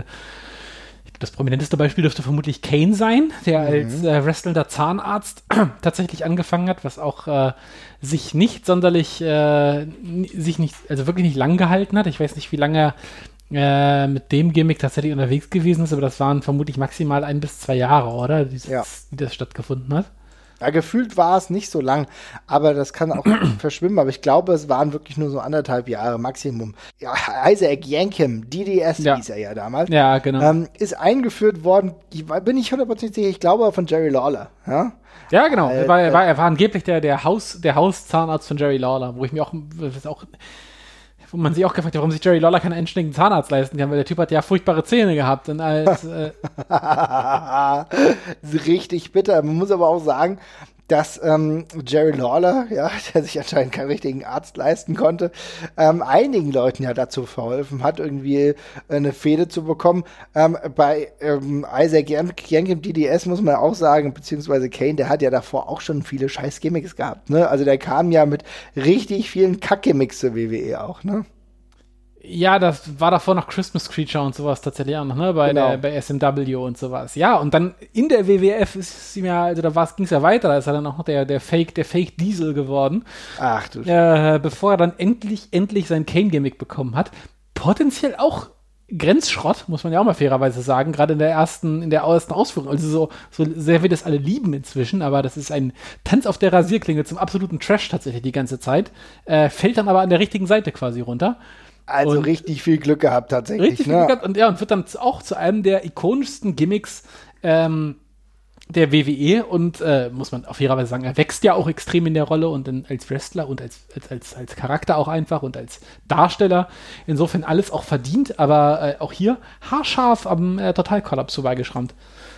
das prominenteste Beispiel dürfte vermutlich Kane sein, der Mhm. als äh, wrestelnder Zahnarzt tatsächlich angefangen hat, was auch äh, sich nicht sonderlich, äh, n- sich nicht, also wirklich nicht lang gehalten hat. Ich weiß nicht, wie lange er äh, mit dem Gimmick tatsächlich unterwegs gewesen ist, aber das waren vermutlich maximal ein bis zwei Jahre, oder? Dieses, Ja. Wie das stattgefunden hat. Ja, gefühlt war es nicht so lang, aber das kann auch verschwimmen. Aber ich glaube, es waren wirklich nur so anderthalb Jahre Maximum. Ja, Isaac Yankem, D D S Ja. hieß er ja damals, Ja, genau. ähm, ist eingeführt worden, ich war- bin ich hundertprozentig sicher, ich glaube von Jerry Lawler. Ja, Ja, genau. Er Äh, war, er war, er war angeblich der, der, Haus, der Hauszahnarzt von Jerry Lawler, wo ich mir auch, das auch, wo man sich auch gefragt hat, warum sich Jerry Lawler keinen einständigen Zahnarzt leisten kann, weil der Typ hat ja furchtbare Zähne gehabt. Und als, äh, richtig bitter. Man muss aber auch sagen, dass ähm, Jerry Lawler, ja, der sich anscheinend keinen richtigen Arzt leisten konnte, ähm, einigen Leuten ja dazu verholfen hat, irgendwie eine Fehde zu bekommen. Ähm, bei ähm, Isaac Yankem D D S muss man auch sagen, beziehungsweise Kane, der hat ja davor auch schon viele scheiß Gimmicks gehabt, ne? Also der kam ja mit richtig vielen Kack-Gimmicks zur W W E auch, ne? ja, das war davor noch Christmas Creature und sowas tatsächlich auch noch, ne? Bei, Genau. der, bei S M W und sowas. Ja, und dann in der W W F ist es ihm ja, also da ging es ja weiter, da ist er dann auch noch der, der Fake, der Fake Diesel geworden. Ach du Äh, bevor er dann endlich, endlich sein Kane-Gimmick bekommen hat. Potenziell auch Grenzschrott, muss man ja auch mal fairerweise sagen, gerade in der ersten, in der ersten Ausführung. Also so, so sehr wir das alle lieben inzwischen, aber das ist ein Tanz auf der Rasierklinge zum absoluten Trash tatsächlich die ganze Zeit. Äh, fällt dann aber an der richtigen Seite quasi runter. Also Und- richtig viel Glück gehabt tatsächlich, Richtig, ne? viel und ja, und wird dann auch zu einem der ikonischsten Gimmicks ähm, der W W E und äh, muss man auf fairerweise sagen, er wächst ja auch extrem in der Rolle und in, als Wrestler und als, als, als, als Charakter auch einfach und als Darsteller. Insofern alles auch verdient, aber äh, auch hier haarscharf am äh, Totalkollaps vorbeigeschrammt.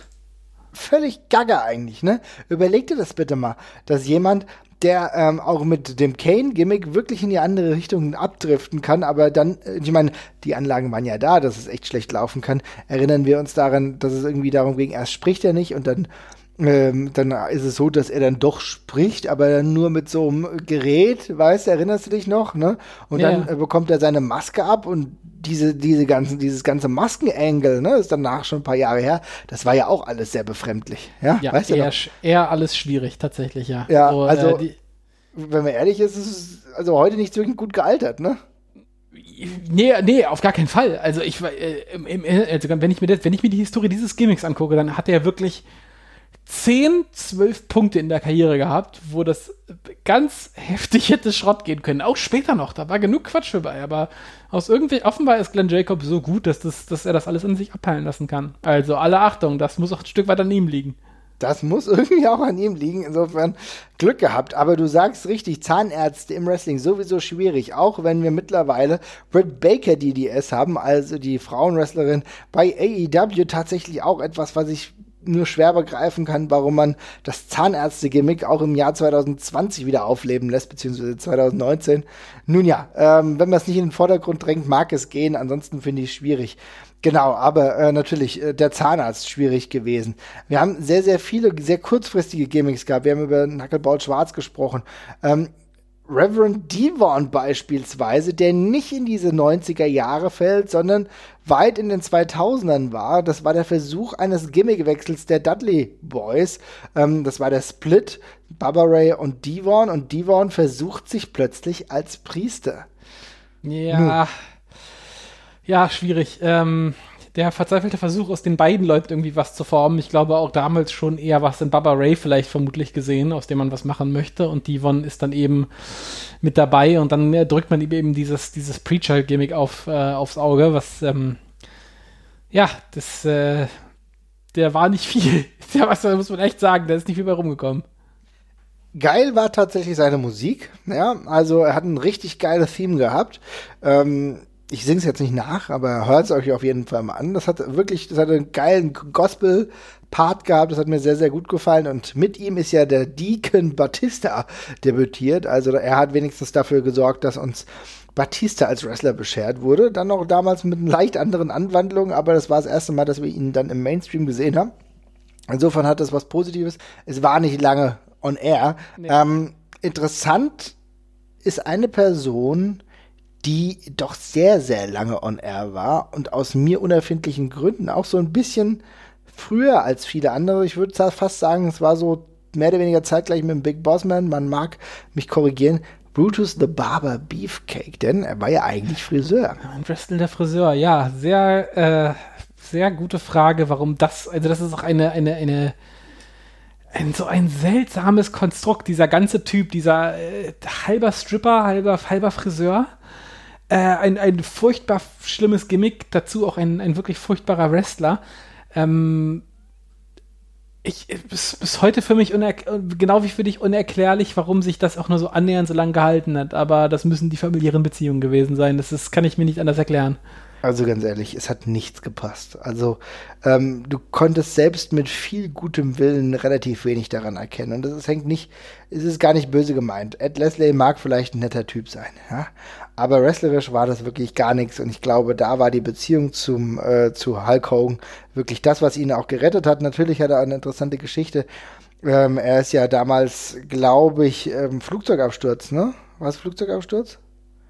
Völlig gaga eigentlich, ne? Überleg dir das bitte mal, dass jemand, der ähm, auch mit dem Kane-Gimmick wirklich in die andere Richtung abdriften kann, aber dann, äh, ich meine, die Anlagen waren ja da, dass es echt schlecht laufen kann. Erinnern wir uns daran, dass es irgendwie darum ging, erst spricht er nicht und dann ähm, dann ist es so, dass er dann doch spricht, aber dann nur mit so einem Gerät, weißt du, erinnerst du dich noch, ne? Und Ja, dann ja. äh, bekommt er seine Maske ab und diese, diese ganzen, dieses ganze Maskenangle, ne, ist danach schon ein paar Jahre her, das war ja auch alles sehr befremdlich, ja? Ja, weißt du eher, noch? sch- eher alles schwierig tatsächlich, ja. Ja, So, also- äh, die, Wenn man ehrlich ist, ist es also heute nicht wirklich gut gealtert, ne? Nee, nee, auf gar keinen Fall. Also ich war, äh, im, im, also wenn ich mir das, wenn ich mir die Historie dieses Gimmicks angucke, dann hat er wirklich zehn, zwölf Punkte in der Karriere gehabt, wo das ganz heftig hätte Schrott gehen können. Auch später noch, da war genug Quatsch dabei, aber aus irgendwie, offenbar ist Glenn Jacobs so gut, dass, das, dass er das alles an sich abheilen lassen kann. Also alle Achtung, das muss auch ein Stück weit an ihm liegen. Das muss irgendwie auch an ihm liegen. Insofern Glück gehabt. Aber du sagst richtig, Zahnärzte im Wrestling sowieso schwierig. Auch wenn wir mittlerweile Britt Baker D D S haben, also die Frauenwrestlerin bei A E W, tatsächlich auch etwas, was ich nur schwer begreifen kann, warum man das Zahnärzte-Gimmick auch im Jahr zwanzig zwanzig wieder aufleben lässt, beziehungsweise zwanzig neunzehn. Nun ja, ähm, wenn man es nicht in den Vordergrund drängt, mag es gehen. Ansonsten finde ich es schwierig. Genau, aber äh, natürlich äh, der Zahnarzt schwierig gewesen. Wir haben sehr, sehr viele, sehr kurzfristige Gimmicks gehabt. Wir haben über Knuckleball Schwarz gesprochen. Ähm, Reverend Devon beispielsweise, der nicht in diese neunziger Jahre fällt, sondern weit in den zweitausendern war. Das war der Versuch eines Gimmickwechsels der Dudley Boys. Ähm, das war der Split, Bubba Ray und Devon. Und Devon versucht sich plötzlich als Priester. Ja, ja, schwierig. Ähm, der verzweifelte Versuch, aus den beiden Leuten irgendwie was zu formen. Ich glaube auch damals schon eher was in Bubba Ray vielleicht vermutlich gesehen, aus dem man was machen möchte. Und Devon ist dann eben mit dabei und dann äh, drückt man ihm eben dieses, dieses Preacher-Gimmick auf, äh, aufs Auge, was, ähm, ja, das, äh, der war nicht viel. Ja, was, da muss man echt sagen, da ist nicht viel bei rumgekommen. Geil war tatsächlich seine Musik. Ja, also er hat ein richtig geiles Theme gehabt. Ähm, ich sing's jetzt nicht nach, aber hört es euch auf jeden Fall mal an. Das hat wirklich, das hat einen geilen Gospel-Part gehabt. Das hat mir sehr, sehr gut gefallen. Und mit ihm ist ja der Deacon Batista debütiert. Also er hat wenigstens dafür gesorgt, dass uns Batista als Wrestler beschert wurde. Dann noch damals mit einer leicht anderen Anwandlung, aber das war das erste Mal, dass wir ihn dann im Mainstream gesehen haben. Insofern hat das was Positives. Es war nicht lange on air. Nee. Ähm, interessant ist eine Person, die doch sehr, sehr lange on air war und aus mir unerfindlichen Gründen auch so ein bisschen früher als viele andere. Ich würde fast sagen, es war so mehr oder weniger zeitgleich mit dem Big Boss Man. Man mag mich korrigieren. Brutus the Barber Beefcake, denn er war ja eigentlich Friseur. Ein wrestelnder Friseur, ja, sehr, äh, sehr gute Frage, warum das, also das ist auch eine, eine, eine, ein, so ein seltsames Konstrukt, dieser ganze Typ, dieser äh, halber Stripper, halber, halber Friseur, äh, ein, ein furchtbar schlimmes Gimmick, dazu auch ein, ein wirklich furchtbarer Wrestler. Ähm, Ich, bis, bis heute für mich, uner- genau wie für dich, unerklärlich, warum sich das auch nur so annähernd so lange gehalten hat. Aber das müssen die familiären Beziehungen gewesen sein. Das ist, kann ich mir nicht anders erklären. Also ganz ehrlich, es hat nichts gepasst. Also ähm, du konntest selbst mit viel gutem Willen relativ wenig daran erkennen. Und das ist, hängt nicht, es ist gar nicht böse gemeint. Ed Leslie mag vielleicht ein netter Typ sein, ja, aber wrestlerisch war das wirklich gar nichts. Und ich glaube, da war die Beziehung zum äh, zu Hulk Hogan wirklich das, was ihn auch gerettet hat. Natürlich hat er eine interessante Geschichte. Ähm, er ist ja damals, glaube ich, ähm, Flugzeugabsturz, ne? War es Flugzeugabsturz?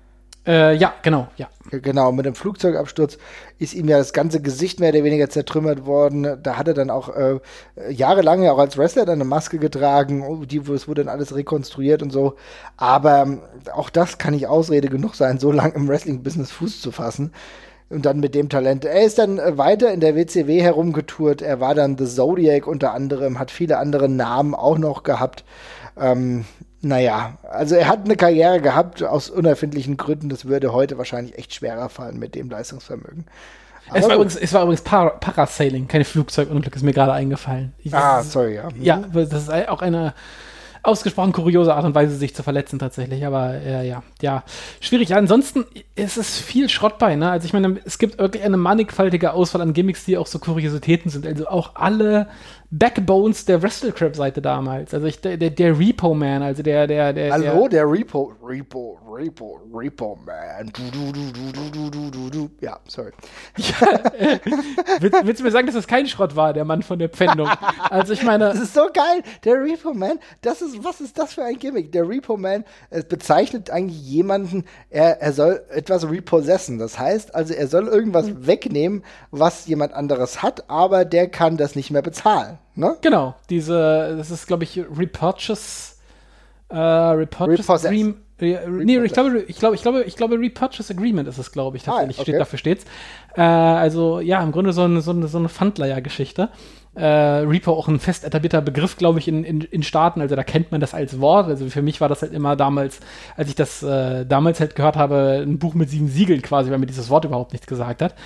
Äh, ja, genau, ja. Genau, mit dem Flugzeugabsturz ist ihm ja das ganze Gesicht mehr oder weniger zertrümmert worden. Da hat er dann auch äh, jahrelang ja auch als Wrestler dann eine Maske getragen. Die, es wurde dann alles rekonstruiert und so. Aber ähm, auch das kann nicht Ausrede genug sein, so lange im Wrestling-Business Fuß zu fassen. Und dann mit dem Talent. Er ist dann äh, weiter in der W C W herumgetourt. Er war dann The Zodiac unter anderem, hat viele andere Namen auch noch gehabt. Ähm, Naja, also er hat eine Karriere gehabt aus unerfindlichen Gründen. Das würde heute wahrscheinlich echt schwerer fallen mit dem Leistungsvermögen. Es war, übrigens, es war übrigens Par- Parasailing, keine Flugzeugunglück, ist mir gerade eingefallen. Ich, ah, sorry, ja. Ja, das ist auch eine ausgesprochen kuriose Art und Weise, sich zu verletzen tatsächlich. Aber äh, ja, ja, schwierig. Ja, ansonsten ist es viel Schrott bei, ne? Also ich meine, es gibt wirklich eine mannigfaltige Auswahl an Gimmicks, die auch so Kuriositäten sind. Also auch alle Backbones der WrestleCrap-Seite damals. Also ich, der, der, der Repo Man, also der, der, der. Hallo, der, der Repo, Repo, Repo, Repo Man. Du, du, du, du, du, du, du, du. Ja, sorry. Ja, äh, willst, willst du mir sagen, dass das kein Schrott war, der Mann von der Pfändung? Also ich meine. Das ist so geil. Der Repo Man, das ist, was ist das für ein Gimmick? Der Repo Man, es bezeichnet eigentlich jemanden, er, er soll etwas repossessen. Das heißt also, er soll irgendwas wegnehmen, was jemand anderes hat, aber der kann das nicht mehr bezahlen. Ne? Genau, diese, das ist, glaube ich, Repurchase, äh, Repurchase Agreement. Äh, nee, ich glaube, ich glaube, ich glaube, ich glaube, Repurchase Agreement ist es, glaube ich, tatsächlich. Ah, okay. Steht, dafür steht's. Äh, also, ja, im Grunde so eine, so eine, so eine Pfandleiher-Geschichte. Äh, Repo auch ein fest etablierter Begriff, glaube ich, in, in, in Staaten. Also, da kennt man das als Wort. Also, für mich war das halt immer damals, als ich das äh, damals halt gehört habe, ein Buch mit sieben Siegeln quasi, weil mir dieses Wort überhaupt nichts gesagt hat.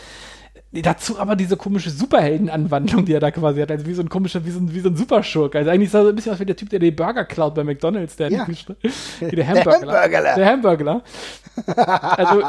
Dazu aber diese komische Superhelden-Anwandlung, die er da quasi hat, also wie so ein komischer, wie so ein, wie so ein Superschurk. Also eigentlich sah so ein bisschen aus wie der Typ, der die Burger klaut bei McDonalds, der, ja. wie der Hamburgler. Der Hamburgler. Also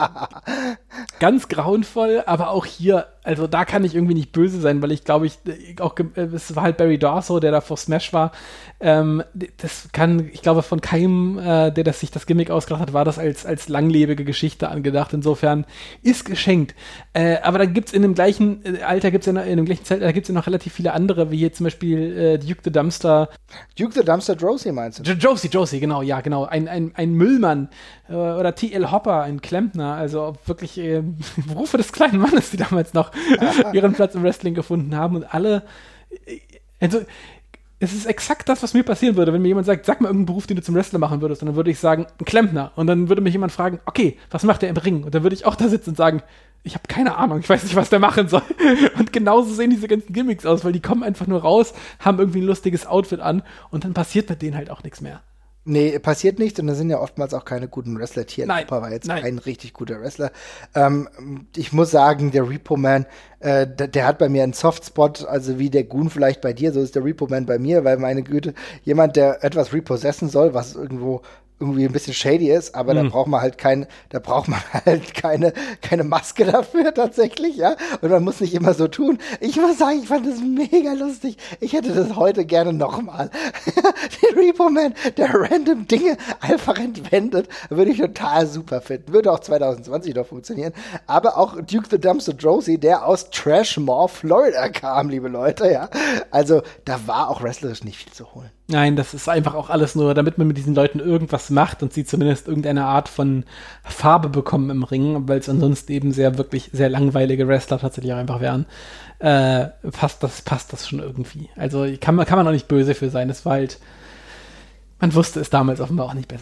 ganz grauenvoll, aber auch hier, also da kann ich irgendwie nicht böse sein, weil ich glaube, ich auch, es war halt Barry Darsow, der da vor Smash war. Ähm, das kann, ich glaube, von keinem, äh, der das sich das Gimmick ausgedacht hat, war das als, als langlebige Geschichte angedacht. Insofern ist geschenkt. Äh, aber dann gibt's in dem gleichen Alter, gibt's ja noch, in dem gleichen Zeitalter gibt's ja noch relativ viele andere, wie hier zum Beispiel äh, Duke the Dumpster. Duke the Dumpster Droese meinst du? Josie, Josie, genau, ja, genau. Ein, ein, ein Müllmann äh, oder T L Hopper, ein Klempner, also wirklich äh, Berufe des kleinen Mannes, die damals noch ihren Platz im Wrestling gefunden haben und alle, äh, also es ist exakt das, was mir passieren würde, wenn mir jemand sagt, sag mal irgendeinen Beruf, den du zum Wrestler machen würdest, und dann würde ich sagen, ein Klempner, und dann würde mich jemand fragen, okay, was macht der im Ring? Und dann würde ich auch da sitzen und sagen, ich habe keine Ahnung, ich weiß nicht, was der machen soll. Und genauso sehen diese ganzen Gimmicks aus, weil die kommen einfach nur raus, haben irgendwie ein lustiges Outfit an und dann passiert mit denen halt auch nichts mehr. Nee, passiert nichts und da sind ja oftmals auch keine guten Wrestler. T L Hopper war jetzt nein. kein richtig guter Wrestler. Ähm, ich muss sagen, der Repo Man, äh, der, der hat bei mir einen Softspot, also wie der Goon vielleicht bei dir, so ist der Repo Man bei mir, weil meine Güte, jemand, der etwas repossessen soll, was irgendwo irgendwie ein bisschen shady ist, aber mhm. da braucht man halt kein, da braucht man halt keine, keine Maske dafür tatsächlich, ja. Und man muss nicht immer so tun. Ich muss sagen, ich fand das mega lustig. Ich hätte das heute gerne nochmal. Den Repo Man, der random Dinge einfach entwendet, würde ich total super finden. Würde auch zwanzig zwanzig noch funktionieren. Aber auch Duke the Dumpster Droese, der aus Trashmore, Florida kam, liebe Leute, ja. Also, da war auch wrestlerisch nicht viel zu holen. Nein, das ist einfach auch alles nur, damit man mit diesen Leuten irgendwas macht und sie zumindest irgendeine Art von Farbe bekommen im Ring, weil es ansonsten eben sehr, wirklich sehr langweilige Wrestler tatsächlich auch einfach wären, äh, passt das, passt das schon irgendwie. Also kann man, kann man auch nicht böse für sein. Es war halt, man wusste es damals offenbar auch nicht besser.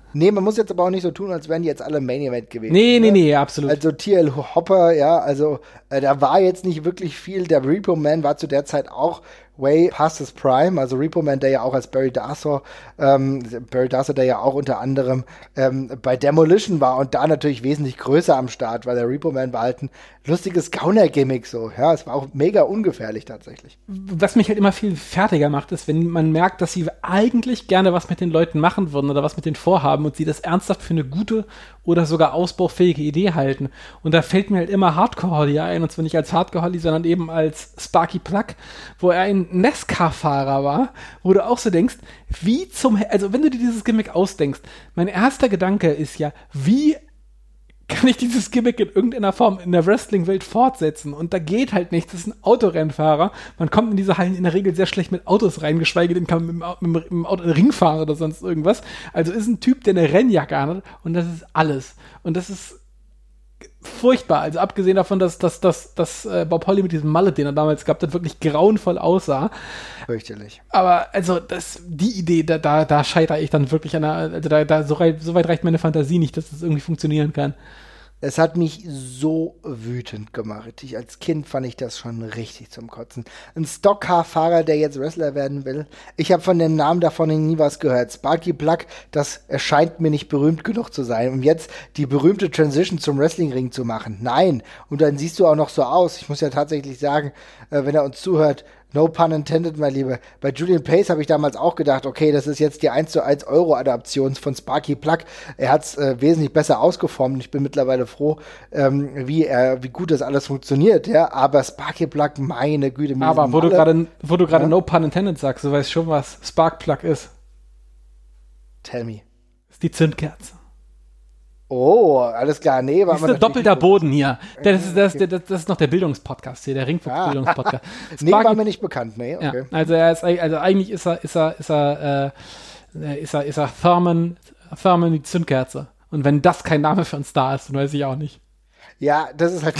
Nee, man muss jetzt aber auch nicht so tun, als wären die jetzt alle Main Event gewesen. Nee, nee, ne? nee, absolut. Also T L Hopper, ja, also äh, da war jetzt nicht wirklich viel. Der Repo Man war zu der Zeit auch way past his prime. Also Repo Man, der ja auch als Barry Darsour, ähm, Barry Darsour, der ja auch unter anderem ähm, bei Demolition war und da natürlich wesentlich größer am Start, weil der Repo Man war halt ein lustiges Gauner-Gimmick so. Ja, es war auch mega ungefährlich tatsächlich. Was mich halt immer viel fertiger macht, ist, wenn man merkt, dass sie eigentlich gerne was mit den Leuten machen würden oder was mit denen vorhaben und sie das ernsthaft für eine gute oder sogar ausbaufähige Idee halten. Und da fällt mir halt immer Hardcore Holly ein, und zwar nicht als Hardcore Holly, sondern eben als Sparky Plug, wo er ein NASCAR-Fahrer war, wo du auch so denkst, wie zum, He- also wenn du dir dieses Gimmick ausdenkst, mein erster Gedanke ist ja, wie kann ich dieses Gimmick in irgendeiner Form in der Wrestling-Welt fortsetzen? Und da geht halt nichts. Das ist ein Autorennfahrer. Man kommt in diese Hallen in der Regel sehr schlecht mit Autos rein, geschweige denn kann man mit, mit, mit dem Auto Ring fahren oder sonst irgendwas. Also ist ein Typ, der eine Rennjacke anhat, und das ist alles. Und das ist furchtbar. Also abgesehen davon, dass, dass, dass, dass äh, Bob Holly mit diesem Mallet, den er damals gehabt hat, wirklich grauenvoll aussah. Fürchterlich. Aber also das, die Idee, da, da, da scheitere ich dann wirklich an der, also da, da so, rei- so weit reicht meine Fantasie nicht, dass das irgendwie funktionieren kann. Es hat mich so wütend gemacht. Ich, als Kind fand ich das schon richtig zum Kotzen. Ein Stockcar-Fahrer, der jetzt Wrestler werden will. Ich habe von dem Namen davon nie was gehört. Sparky Plug, das erscheint mir nicht berühmt genug zu sein, um jetzt die berühmte Transition zum Wrestlingring zu machen. Nein. Und dann siehst du auch noch so aus. Ich muss ja tatsächlich sagen, äh, wenn er uns zuhört, no pun intended, mein Lieber. Bei Julian Pace habe ich damals auch gedacht, okay, das ist jetzt die eins zu eins Euro-Adaption von Sparky Plug. Er hat es äh, wesentlich besser ausgeformt. Ich bin mittlerweile froh, ähm, wie er, wie gut das alles funktioniert, ja. Aber Sparky Plug, meine Güte. mir Aber sind wo du alle- gerade, wo du gerade Ja? no pun intended sagst, du weißt schon, was Sparkplug ist. Tell me. Das ist die Zündkerze. Oh, alles klar. Nee, war Das ist ein doppelter Boden hier. Das ist, das, das, das ist noch der Bildungspodcast hier, der Ah. Ringfuchs-Bildungspodcast. Nee, war mir nicht bekannt. Nee, okay. Ja, also er ist, also eigentlich ist er, ist er, ist er, äh, ist er, ist er Thurman, Thurman die Zündkerze. Und wenn das kein Name für einen Star ist, dann weiß ich auch nicht. Ja, das ist halt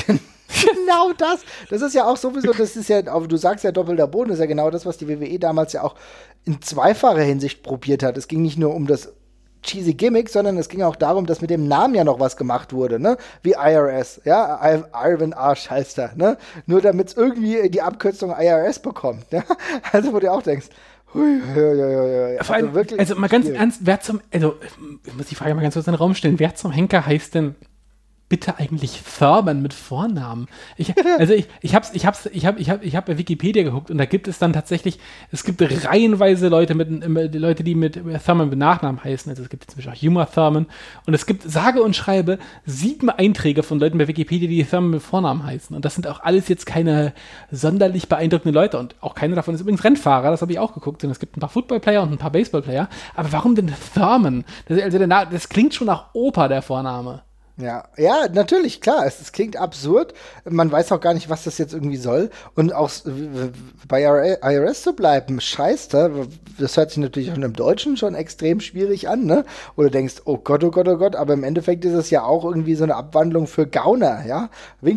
genau das. Das ist ja auch sowieso, das ist ja, aber du sagst ja doppelter Boden, das ist ja genau das, was die W W E damals ja auch in zweifacher Hinsicht probiert hat. Es ging nicht nur um das cheesy Gimmick, sondern es ging auch darum, dass mit dem Namen ja noch was gemacht wurde, ne? Wie I R S, ja? I- Ivan R. Schalster, ne? Nur damit es irgendwie die Abkürzung I R S bekommt, ja? Also, wo du auch denkst, hui, hui, hui, hui. Vor allem, Also, wirklich also mal ganz schwierig. ernst, wer zum, also ich muss die Frage mal ganz kurz in den Raum stellen, wer zum Henker heißt denn bitte eigentlich Thurman mit Vornamen? Ich, also ich, ich hab's, ich hab's, ich hab, ich hab, ich hab bei Wikipedia geguckt und da gibt es dann tatsächlich, es gibt reihenweise Leute mit, mit Leute, die mit Thurman mit Nachnamen heißen. Also es gibt zum Beispiel auch Uma Thurman und es gibt sage und schreibe sieben Einträge von Leuten bei Wikipedia, die Thurman mit Vornamen heißen. Und das sind auch alles jetzt keine sonderlich beeindruckende Leute und auch keiner davon ist übrigens Rennfahrer, das habe ich auch geguckt. Und es gibt ein paar Footballplayer und ein paar Baseballplayer. Aber warum denn Thurman? Das, also der Na- das klingt schon nach Opa, der Vorname. Ja, ja, natürlich, klar. Es, es klingt absurd. Man weiß auch gar nicht, was das jetzt irgendwie soll. Und auch s- w- w- bei I R S zu bleiben, scheiße, das hört sich natürlich auch im Deutschen schon extrem schwierig an, ne? Oder denkst, oh Gott, oh Gott, oh Gott, aber im Endeffekt ist es ja auch irgendwie so eine Abwandlung für Gauner, ja?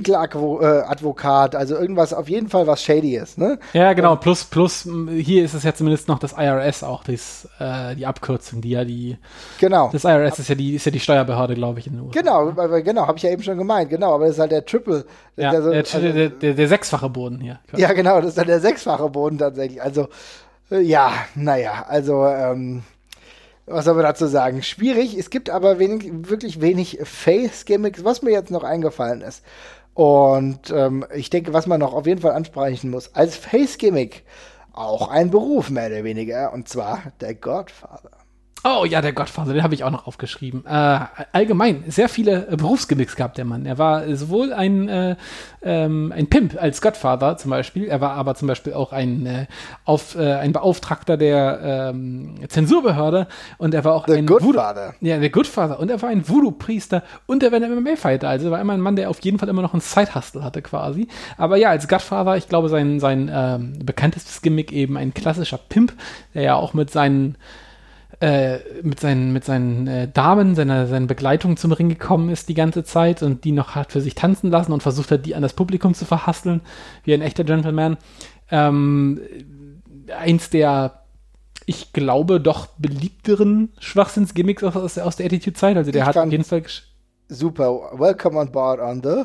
Winkeladvokat, also irgendwas, auf jeden Fall was shady ist, ne? Ja, genau. Plus, plus, m, hier ist es ja zumindest noch das I R S auch, das, äh, die Abkürzung, die ja die, Genau. das I R S ist ja die, ist ja die Steuerbehörde, glaube ich, in den U S A. Genau, weil- weil- genau, habe ich ja eben schon gemeint, genau, aber das ist halt der Triple. Ja, der, so- der, also- der, der, der sechsfache Boden hier. Ja, genau, das ist dann der sechsfache Boden tatsächlich. Also, äh, ja, naja, also, ähm, was soll man dazu sagen? Schwierig. Es gibt aber wenig, wirklich wenig Face-Gimmicks, was mir jetzt noch eingefallen ist. Und ähm, ich denke, was man noch auf jeden Fall ansprechen muss, als Face-Gimmick auch ein Beruf, mehr oder weniger, und zwar der Godfather. Oh ja, der Godfather, den habe ich auch noch aufgeschrieben. Äh, allgemein, sehr viele äh, Berufsgimmicks gehabt der Mann. Er war sowohl ein, äh, ähm, ein Pimp als Godfather zum Beispiel, er war aber zum Beispiel auch ein, äh, auf, äh, ein Beauftragter der ähm, Zensurbehörde und er war auch The ein Good Voodoo- Father. Ja, der Goodfather. Und er war ein Voodoo-Priester und er war ein M M A-Fighter. Also er war immer ein Mann, der auf jeden Fall immer noch einen Side-Hustle hatte quasi. Aber ja, als Godfather, ich glaube, sein, sein ähm, bekanntestes Gimmick eben ein klassischer Pimp, der ja auch mit seinen äh, mit seinen, mit seinen äh, Damen, seiner, seiner Begleitung zum Ring gekommen ist die ganze Zeit und die noch hat für sich tanzen lassen und versucht hat, die an das Publikum zu verhasseln, wie ein echter Gentleman. Ähm, eins der ich glaube, doch beliebteren Schwachsinns-Gimmicks aus, aus, aus der Attitude-Zeit. Also der Ich hat auf fand- jeden Fall... gesch- Super. Welcome on board on the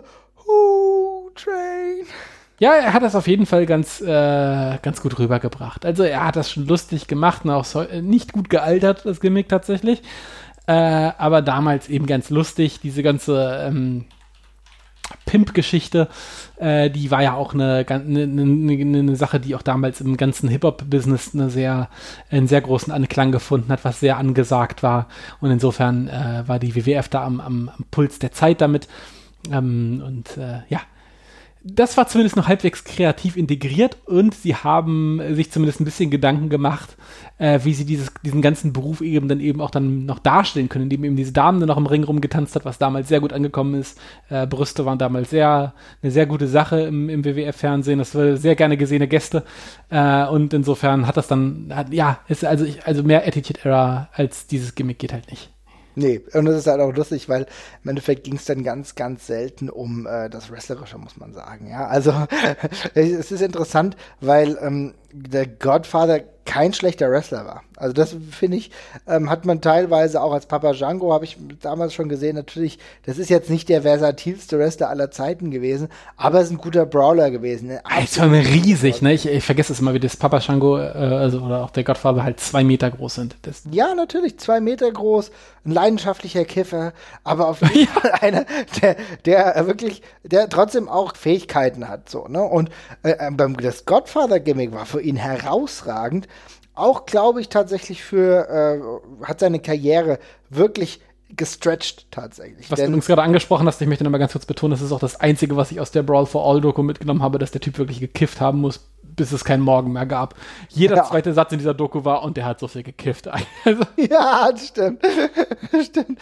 Who Train. Ja, er hat das auf jeden Fall ganz, äh, ganz gut rübergebracht. Also er hat das schon lustig gemacht und auch so, äh, nicht gut gealtert, das Gimmick tatsächlich. Äh, aber damals eben ganz lustig. Diese ganze ähm, Pimp-Geschichte, äh, die war ja auch eine, eine, eine, eine Sache, die auch damals im ganzen Hip-Hop-Business eine sehr, einen sehr großen Anklang gefunden hat, was sehr angesagt war. Und insofern äh, war die W W F da am, am, am Puls der Zeit damit. Ähm, und äh, ja, das war zumindest noch halbwegs kreativ integriert und sie haben sich zumindest ein bisschen Gedanken gemacht, äh, wie sie dieses, diesen ganzen Beruf eben dann eben auch dann noch darstellen können, indem eben diese Damen dann noch im Ring rumgetanzt hat, was damals sehr gut angekommen ist. Äh, Brüste waren damals sehr, eine sehr gute Sache im, im W W F-Fernsehen. Das war sehr gerne gesehene Gäste. Äh, und insofern hat das dann, hat, ja, ist also, ich, also mehr Attitude-Era als dieses Gimmick geht halt nicht. Nee, und das ist halt auch lustig, weil im Endeffekt ging es dann ganz, ganz selten um äh, das Wrestlerische, muss man sagen. Ja, also es ist interessant, weil ähm, der Godfather kein schlechter Wrestler war. Also das, finde ich, ähm, hat man teilweise auch als Papa Django, habe ich damals schon gesehen, natürlich, das ist jetzt nicht der versatilste Wrestler aller Zeiten gewesen, aber es ist ein guter Brawler gewesen. Ne? Es war riesig, ne? Ich, ich vergesse es immer, wie das Papa Django äh, also, oder auch der Godfather halt zwei Meter groß sind. Das Ja, natürlich, zwei Meter groß, ein leidenschaftlicher Kiffer, aber auf jeden Fall einer, der, der wirklich, der trotzdem auch Fähigkeiten hat, so, ne? Und äh, beim das Godfather-Gimmick war für ihn herausragend. Auch, glaube ich, tatsächlich für, äh, hat seine Karriere wirklich gestretched, tatsächlich. Was Denn, du uns gerade angesprochen hast, ich möchte noch mal ganz kurz betonen, das ist auch das Einzige, was ich aus der Brawl for All-Doku mitgenommen habe, dass der Typ wirklich gekifft haben muss, bis es keinen Morgen mehr gab. Jeder Ja. zweite Satz in dieser Doku war, und der hat so viel gekifft. Also, Ja, das stimmt. Das stimmt.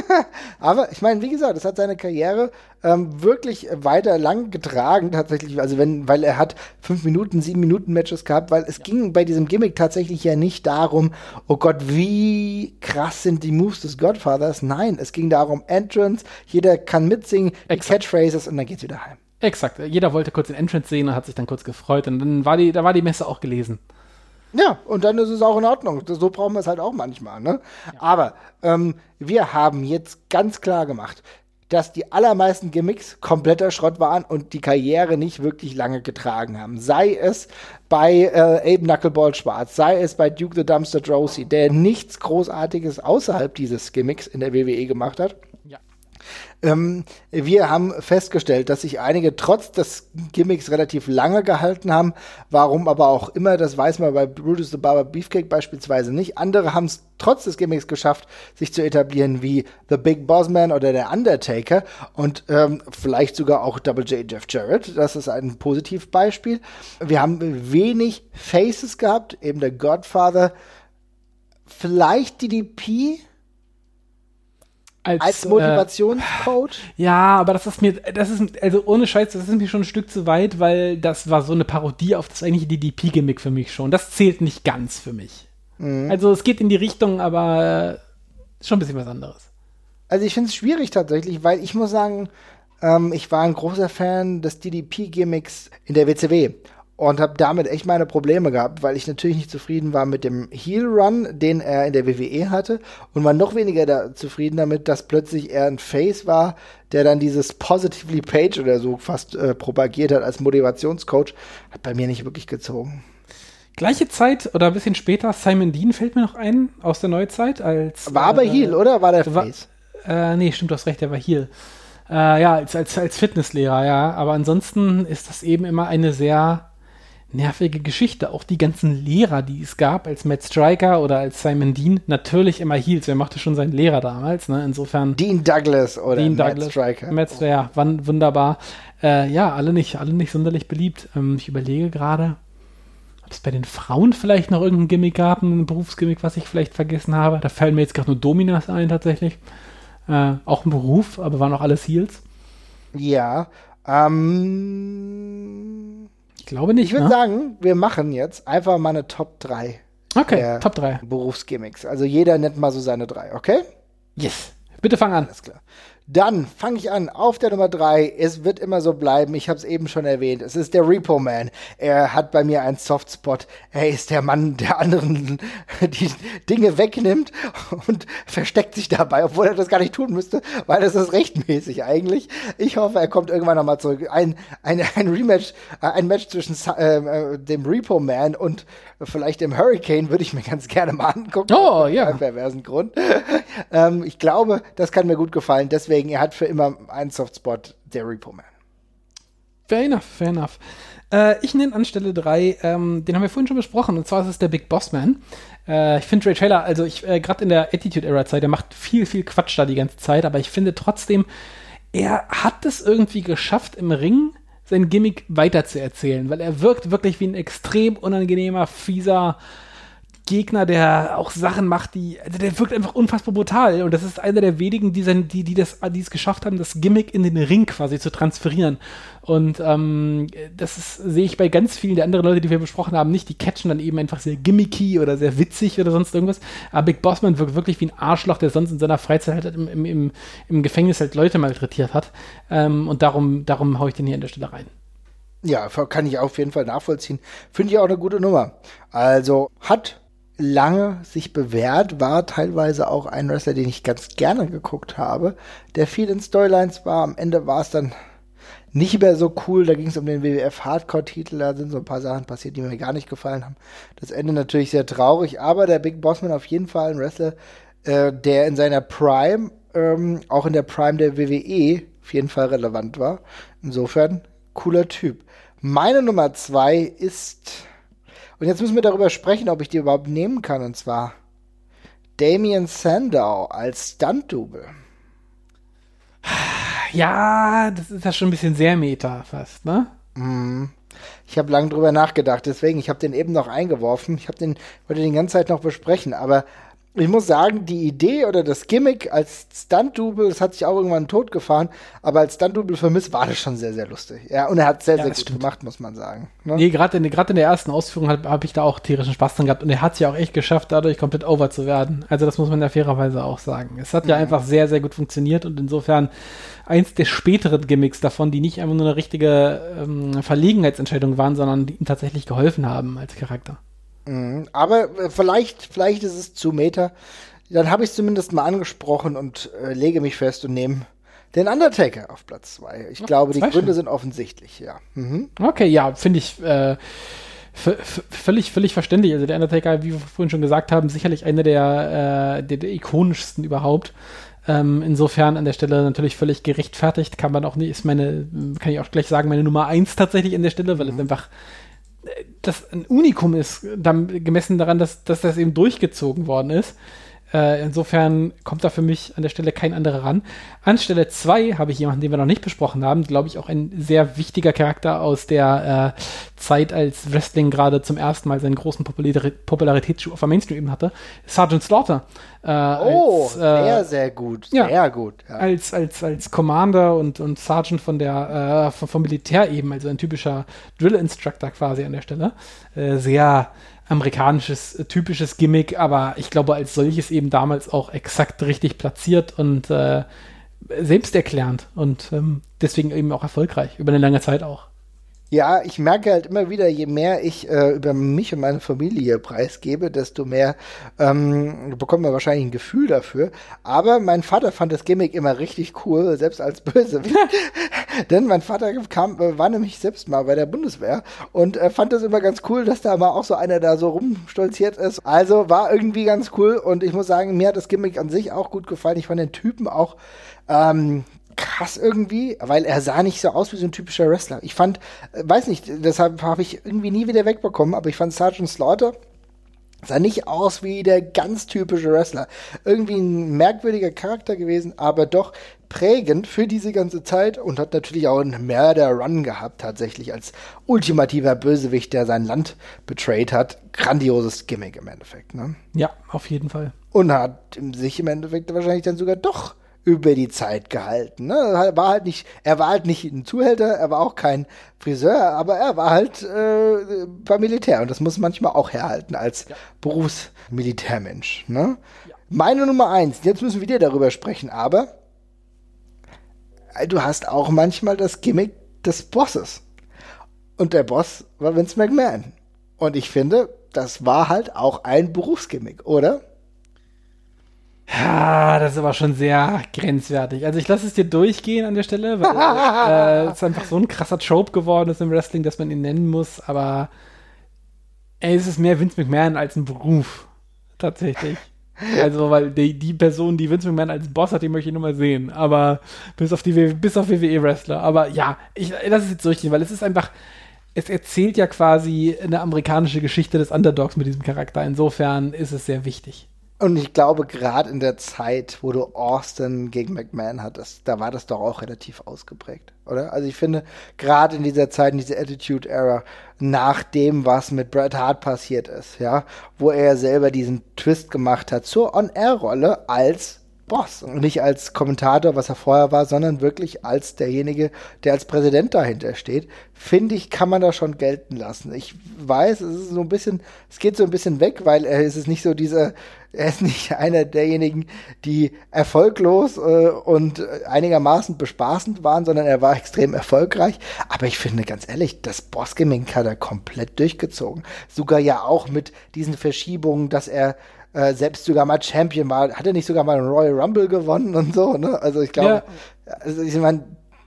Aber ich meine, wie gesagt, das hat seine Karriere ähm, wirklich weiter lang getragen, tatsächlich. Also wenn, weil er hat fünf Minuten, sieben Minuten Matches gehabt, weil es ging bei diesem Gimmick tatsächlich ja nicht darum, oh Gott, wie krass sind die Moves des Godfathers. Nein, es ging darum, Entrance, jeder kann mitsingen, die Exakt. Catchphrases und dann geht's wieder heim. exakt. Jeder wollte kurz den Entrance sehen und hat sich dann kurz gefreut. Und dann war die, da war die Messe auch gelesen. Ja, und dann ist es auch in Ordnung. So brauchen wir es halt auch manchmal, ne? Aber ähm, wir haben jetzt ganz klar gemacht, dass die allermeisten Gimmicks kompletter Schrott waren und die Karriere nicht wirklich lange getragen haben. Sei es bei äh, Abe Knuckleball Schwarz, sei es bei Duke the Dumpster Droese, der nichts Großartiges außerhalb dieses Gimmicks in der W W E gemacht hat. Ja. Ähm, wir haben festgestellt, dass sich einige trotz des Gimmicks relativ lange gehalten haben. Warum aber auch immer, das weiß man bei Brutus the Barber Beefcake beispielsweise nicht. Andere haben es trotz des Gimmicks geschafft, sich zu etablieren wie The Big Boss Man oder der Undertaker und ähm, vielleicht sogar auch Double J Jeff Jarrett. Das ist ein Positivbeispiel. Wir haben wenig Faces gehabt, eben der Godfather, vielleicht D D P Als, als äh, Motivationscoach. Ja, aber das ist mir, das ist, also ohne Scheiß, das ist mir schon ein Stück zu weit, weil das war so eine Parodie auf das eigentliche D D P-Gimmick für mich schon. Das zählt nicht ganz für mich. Mhm. Also es geht in die Richtung, aber äh, schon ein bisschen was anderes. Also ich finde es schwierig tatsächlich, weil ich muss sagen, ähm, ich war ein großer Fan des D D P-Gimmicks in der W C W und habe damit echt meine Probleme gehabt, weil ich natürlich nicht zufrieden war mit dem Heel-Run, den er in der W W E hatte und war noch weniger da zufrieden damit, dass plötzlich er ein Face war, der dann dieses Positively Page oder so fast äh, propagiert hat als Motivationscoach. Hat bei mir nicht wirklich gezogen. Gleiche Zeit oder ein bisschen später, Simon Dean fällt mir noch ein, aus der Neuzeit. Als, War aber äh, Heel, oder? War der war- Face? Äh, nee, stimmt, du hast recht, der war Heel. Äh, ja, als, als, als Fitnesslehrer, ja. Aber ansonsten ist das eben immer eine sehr nervige Geschichte. Auch die ganzen Lehrer, die es gab, als Matt Striker oder als Simon Dean, natürlich immer Heels. Er machte schon seinen Lehrer damals, ne? Insofern. Dean Douglas oder Dean Matt Douglas, Striker. Matt Striker, ja, wann, wunderbar. Äh, ja, alle nicht, alle nicht sonderlich beliebt. Ähm, ich überlege gerade, ob es bei den Frauen vielleicht noch irgendein Gimmick gab, ein Berufsgimmick, was ich vielleicht vergessen habe. Da fallen mir jetzt gerade nur Dominas ein, tatsächlich. Äh, auch ein Beruf, aber waren auch alles Heels. Ja, ähm, Ich glaube nicht, ich würde ne? sagen, wir machen jetzt einfach mal eine Top drei Okay, der Top drei. Berufsgimmicks. Also jeder nennt mal so seine drei, okay? Yes. Bitte fang an. Alles klar. Dann fange ich an auf der Nummer drei. Es wird immer so bleiben. Ich habe es eben schon erwähnt. Es ist der Repo Man. Er hat bei mir einen Softspot. Er ist der Mann, der anderen die Dinge wegnimmt und versteckt sich dabei, obwohl er das gar nicht tun müsste, weil das ist rechtmäßig eigentlich. Ich hoffe, er kommt irgendwann nochmal zurück. Ein, ein, ein Rematch, äh, ein Match zwischen äh, dem Repo Man und vielleicht dem Hurricane würde ich mir ganz gerne mal angucken. Oh, ja. Aus einem perversen Grund. ähm, ich glaube, das kann mir gut gefallen. Deswegen er hat für immer einen Softspot, der Repo Man. Fair enough, fair enough. Äh, ich nenne an Stelle drei, ähm, den haben wir vorhin schon besprochen, und zwar ist es der Big Boss Man. Äh, ich finde Ray Taylor, also ich, äh, gerade in der Attitude-Era-Zeit, der macht viel, viel Quatsch da die ganze Zeit, aber ich finde trotzdem, er hat es irgendwie geschafft, im Ring sein Gimmick weiterzuerzählen, weil er wirkt wirklich wie ein extrem unangenehmer, fieser Gegner, der auch Sachen macht, die, also der wirkt einfach unfassbar brutal, und das ist einer der wenigen, die, sein, die, die, das, die es geschafft haben, das Gimmick in den Ring quasi zu transferieren. Und ähm, das ist, sehe ich bei ganz vielen der anderen Leute, die wir besprochen haben, nicht. Die catchen dann eben einfach sehr gimmicky oder sehr witzig oder sonst irgendwas. Aber Big Boss Man wirkt wirklich wie ein Arschloch, der sonst in seiner Freizeit halt im, im, im, im Gefängnis halt Leute malträtiert hat. Ähm, und darum, darum hau ich den hier an der Stelle rein. Ja, kann ich auf jeden Fall nachvollziehen. Finde ich auch eine gute Nummer. Also hat lange sich bewährt, war teilweise auch ein Wrestler, den ich ganz gerne geguckt habe, der viel in Storylines war. Am Ende war es dann nicht mehr so cool, da ging es um den W W F Hardcore-Titel, da sind so ein paar Sachen passiert, die mir gar nicht gefallen haben. Das Ende natürlich sehr traurig, aber der Big Boss Man auf jeden Fall ein Wrestler, äh, der in seiner Prime, ähm, auch in der Prime der W W E, auf jeden Fall relevant war. Insofern, cooler Typ. Meine Nummer zwei ist... Und jetzt müssen wir darüber sprechen, ob ich die überhaupt nehmen kann, und zwar Damien Sandow als Stunt-Double. Ja, das ist ja schon ein bisschen sehr meta fast, ne? Mm. Ich habe lange drüber nachgedacht, deswegen, ich habe den eben noch eingeworfen. Ich habe den, wollte den die ganze Zeit noch besprechen, aber ich muss sagen, die Idee oder das Gimmick als Stunt-Double, das hat sich auch irgendwann totgefahren, aber als Stunt-Double für mich war das schon sehr, sehr lustig. Ja, und er hat sehr, ja, sehr gut stimmt. gemacht, muss man sagen. Ne? Nee, gerade in, gerade in der ersten Ausführung habe hab ich da auch tierischen Spaß dran gehabt, und er hat es ja auch echt geschafft, dadurch komplett over zu werden. Also das muss man ja fairerweise auch sagen. Es hat ja, ja einfach sehr, sehr gut funktioniert, und insofern eins der späteren Gimmicks davon, die nicht einfach nur eine richtige ähm, Verlegenheitsentscheidung waren, sondern die ihm tatsächlich geholfen haben als Charakter. Mhm. Aber äh, vielleicht, vielleicht ist es zu meta. Dann habe ich es zumindest mal angesprochen und äh, lege mich fest und nehme den Undertaker auf Platz zwei. Ich Ach, glaube, die zwei Gründe schon. sind offensichtlich, ja. Mhm. Okay, ja, finde ich äh, f- f- völlig, völlig verständlich. Also der Undertaker, wie wir vorhin schon gesagt haben, sicherlich einer der, äh, der, der ikonischsten überhaupt. Ähm, insofern an der Stelle natürlich völlig gerechtfertigt. Kann man auch nicht, ist meine, kann ich auch gleich sagen, meine Nummer eins tatsächlich an der Stelle, weil mhm. es einfach äh, das ein Unikum ist, dann, gemessen daran, dass, dass das eben durchgezogen worden ist. Äh, insofern kommt da für mich an der Stelle kein anderer ran. An Stelle zwei habe ich jemanden, den wir noch nicht besprochen haben, glaube ich auch ein sehr wichtiger Charakter aus der äh, Zeit, als Wrestling gerade zum ersten Mal seinen großen Populari- Popularitätsschub auf der Mainstream hatte. Sergeant Slaughter. Äh, Oh, als, äh, sehr, sehr gut. Sehr ja, gut. Ja. Als, als, als Commander und, und Sergeant von der, äh, vom, vom Militär eben, also ein typischer Drill-Instructor quasi an der Stelle. Äh, sehr amerikanisches, äh, typisches Gimmick, aber ich glaube als solches eben damals auch exakt richtig platziert und äh, selbsterklärend und ähm, deswegen eben auch erfolgreich, über eine lange Zeit auch. Ja, ich merke halt immer wieder, je mehr ich äh, über mich und meine Familie preisgebe, desto mehr ähm, bekommt man wahrscheinlich ein Gefühl dafür. Aber mein Vater fand das Gimmick immer richtig cool, selbst als Bösewicht. Denn mein Vater kam, äh, war nämlich selbst mal bei der Bundeswehr und äh, fand das immer ganz cool, dass da mal auch so einer da so rumstolziert ist. Also war irgendwie ganz cool, und ich muss sagen, mir hat das Gimmick an sich auch gut gefallen. Ich fand den Typen auch ähm, krass irgendwie, weil er sah nicht so aus wie so ein typischer Wrestler. Ich fand, äh, weiß nicht, deshalb habe ich irgendwie nie wieder wegbekommen, aber ich fand Sergeant Slaughter sah nicht aus wie der ganz typische Wrestler. Irgendwie ein merkwürdiger Charakter gewesen, aber doch prägend für diese ganze Zeit, und hat natürlich auch einen Murder-Run gehabt, tatsächlich als ultimativer Bösewicht, der sein Land betrayed hat. Grandioses Gimmick im Endeffekt, ne? Ja, auf jeden Fall. Und hat sich im Endeffekt wahrscheinlich dann sogar doch über die Zeit gehalten. Ne? Er war halt nicht, er war halt nicht ein Zuhälter, er war auch kein Friseur, aber er war halt äh, beim Militär, und das muss manchmal auch herhalten als ja. Berufsmilitärmensch. Ne? Ja. Meine Nummer eins, jetzt müssen wir dir darüber sprechen, aber du hast auch manchmal das Gimmick des Bosses. Und der Boss war Vince McMahon. Und ich finde, das war halt auch ein Berufsgimmick, oder? Ja, das ist aber schon sehr grenzwertig. Also ich lasse es dir durchgehen an der Stelle, weil äh, es einfach so ein krasser Trope geworden ist im Wrestling, dass man ihn nennen muss. Aber ey, es ist mehr Vince McMahon als ein Beruf. Tatsächlich. Also, weil die, die Person, die Vince McMahon als Boss hat, die möchte ich nur mal sehen. Aber bis auf die bis auf W W E-Wrestler. Aber ja, ich lasse es jetzt durchgehen, weil es ist einfach, es erzählt ja quasi eine amerikanische Geschichte des Underdogs mit diesem Charakter. Insofern ist es sehr wichtig. Und ich glaube, gerade in der Zeit, wo du Austin gegen McMahon hattest, da war das doch auch relativ ausgeprägt, oder? Also ich finde, gerade in dieser Zeit, in dieser Attitude-Era, nach dem, was mit Bret Hart passiert ist, ja, wo er selber diesen Twist gemacht hat zur On-Air-Rolle als Boss und nicht als Kommentator, was er vorher war, sondern wirklich als derjenige, der als Präsident dahinter steht, finde ich, kann man das schon gelten lassen. Ich weiß, es ist so ein bisschen, es geht so ein bisschen weg, weil er ist es nicht so dieser, er ist nicht einer derjenigen, die erfolglos äh, und einigermaßen bespaßend waren, sondern er war extrem erfolgreich. Aber ich finde, ganz ehrlich, das Boss-Gimmick hat er komplett durchgezogen. Sogar ja auch mit diesen Verschiebungen, dass er Äh, selbst sogar mal Champion war, hat er nicht sogar mal einen Royal Rumble gewonnen und so, ne? Also ich glaube, ja. also ich meine,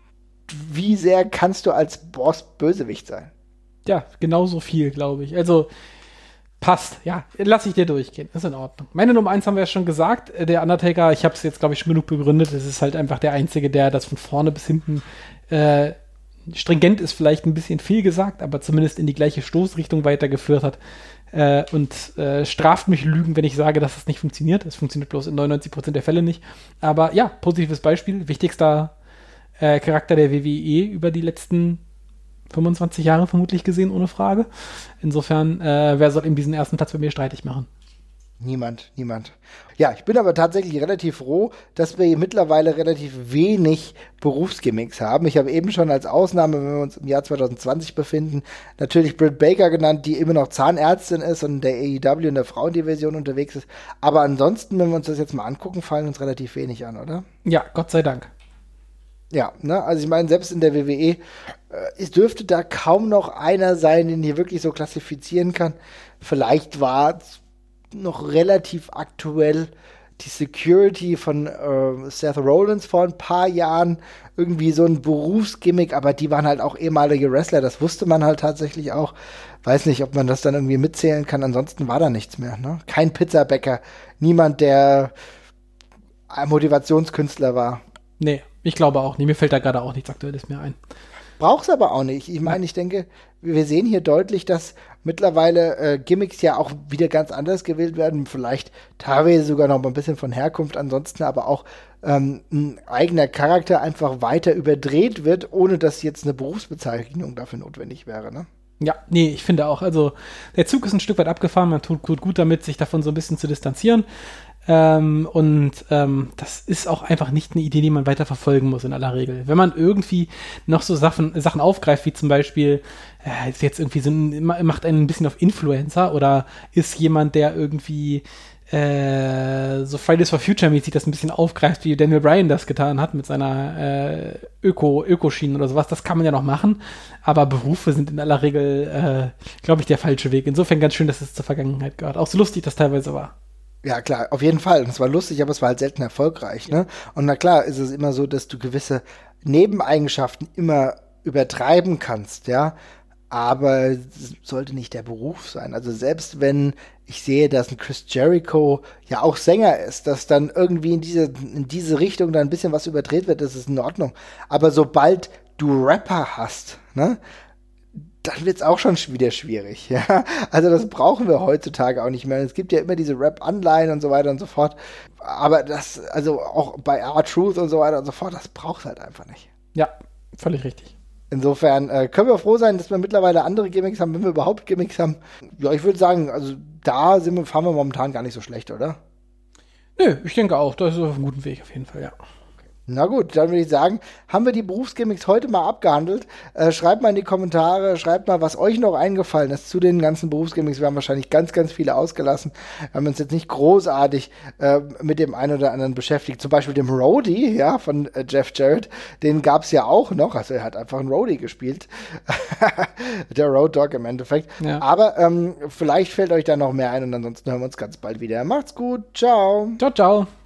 wie sehr kannst du als Boss Bösewicht sein? Ja, genauso viel, glaube ich. Also passt, ja, lass ich dir durchgehen, ist in Ordnung. Meine Nummer eins haben wir ja schon gesagt, der Undertaker, ich habe es jetzt, glaube ich, schon genug begründet, es ist halt einfach der Einzige, der das von vorne bis hinten äh, stringent ist, vielleicht ein bisschen viel gesagt, aber zumindest in die gleiche Stoßrichtung weitergeführt hat. Äh, und äh, straft mich Lügen, wenn ich sage, dass das nicht funktioniert. Es funktioniert bloß in neunundneunzig Prozent der Fälle nicht. Aber ja, positives Beispiel. Wichtigster äh, Charakter der W W E über die letzten fünfundzwanzig Jahre vermutlich gesehen, ohne Frage. Insofern, äh, wer soll ihm diesen ersten Platz bei mir streitig machen? Niemand, niemand. Ja, ich bin aber tatsächlich relativ froh, dass wir hier mittlerweile relativ wenig Berufsgimmicks haben. Ich habe eben schon als Ausnahme, wenn wir uns im Jahr zwanzig zwanzig befinden, natürlich Britt Baker genannt, die immer noch Zahnärztin ist und in der A E W in der Frauendivision unterwegs ist. Aber ansonsten, wenn wir uns das jetzt mal angucken, fallen uns relativ wenig an, oder? Ja, Gott sei Dank. Ja, ne, also ich meine, selbst in der W W E, äh, es dürfte da kaum noch einer sein, den hier wirklich so klassifizieren kann. Vielleicht war noch relativ aktuell die Security von äh, Seth Rollins vor ein paar Jahren, irgendwie so ein Berufsgimmick, aber die waren halt auch ehemalige Wrestler, das wusste man halt tatsächlich auch. Weiß nicht, ob man das dann irgendwie mitzählen kann, ansonsten war da nichts mehr, ne? Kein Pizzabäcker, niemand, der ein Motivationskünstler war. Nee, ich glaube auch nicht, mir fällt da gerade auch nichts Aktuelles mehr ein. Brauch's aber auch nicht. Ich meine, ich denke, wir sehen hier deutlich, dass mittlerweile äh, Gimmicks ja auch wieder ganz anders gewählt werden. Vielleicht teilweise sogar noch mal ein bisschen von Herkunft, ansonsten aber auch ähm, ein eigener Charakter einfach weiter überdreht wird, ohne dass jetzt eine Berufsbezeichnung dafür notwendig wäre, ne? Ja, nee, ich finde auch, also der Zug ist ein Stück weit abgefahren, man tut, tut gut damit, sich davon so ein bisschen zu distanzieren. Ähm, und ähm, das ist auch einfach nicht eine Idee, die man weiter verfolgen muss in aller Regel. Wenn man irgendwie noch so Sachen, Sachen aufgreift, wie zum Beispiel, äh, ist jetzt irgendwie so ein, macht einen ein bisschen auf Influencer oder ist jemand, der irgendwie äh, so Fridays for Future mäßig das ein bisschen aufgreift, wie Daniel Bryan das getan hat mit seiner äh, Öko, Ökoschienen oder sowas, das kann man ja noch machen, aber Berufe sind in aller Regel, äh, glaube ich, der falsche Weg. Insofern ganz schön, dass es zur Vergangenheit gehört. Auch so lustig das teilweise war. Ja, klar, auf jeden Fall. Und es war lustig, aber es war halt selten erfolgreich, ne? Und na klar ist es immer so, dass du gewisse Nebeneigenschaften immer übertreiben kannst, ja? Aber es sollte nicht der Beruf sein. Also selbst wenn ich sehe, dass ein Chris Jericho ja auch Sänger ist, dass dann irgendwie in diese, in diese Richtung dann ein bisschen was überdreht wird, das ist in Ordnung. Aber sobald du Rapper hast, ne? Dann wird's auch schon wieder schwierig, ja. Also das brauchen wir heutzutage auch nicht mehr. Es gibt ja immer diese Rap-Anleihen und so weiter und so fort. Aber das, also auch bei R-Truth und so weiter und so fort, das braucht's halt einfach nicht. Ja, völlig richtig. Insofern äh, können wir froh sein, dass wir mittlerweile andere Gimmicks haben, wenn wir überhaupt Gimmicks haben. Ja, ich würde sagen, also da sind wir, fahren wir momentan gar nicht so schlecht, oder? Nö, ich denke auch, das ist auf einem guten Weg auf jeden Fall, ja. Na gut, dann würde ich sagen, haben wir die Berufsgimmicks heute mal abgehandelt. Äh, schreibt mal in die Kommentare, schreibt mal, was euch noch eingefallen ist zu den ganzen Berufsgimmicks. Wir haben wahrscheinlich ganz, ganz viele ausgelassen. Wir haben uns jetzt nicht großartig äh, mit dem einen oder anderen beschäftigt. Zum Beispiel dem Roadie, ja, von äh, Jeff Jarrett. Den gab es ja auch noch. Also er hat einfach einen Roadie gespielt. Der Road Dogg im Endeffekt. Ja. Aber ähm, vielleicht fällt euch da noch mehr ein und ansonsten hören wir uns ganz bald wieder. Macht's gut. Ciao. Ciao, ciao.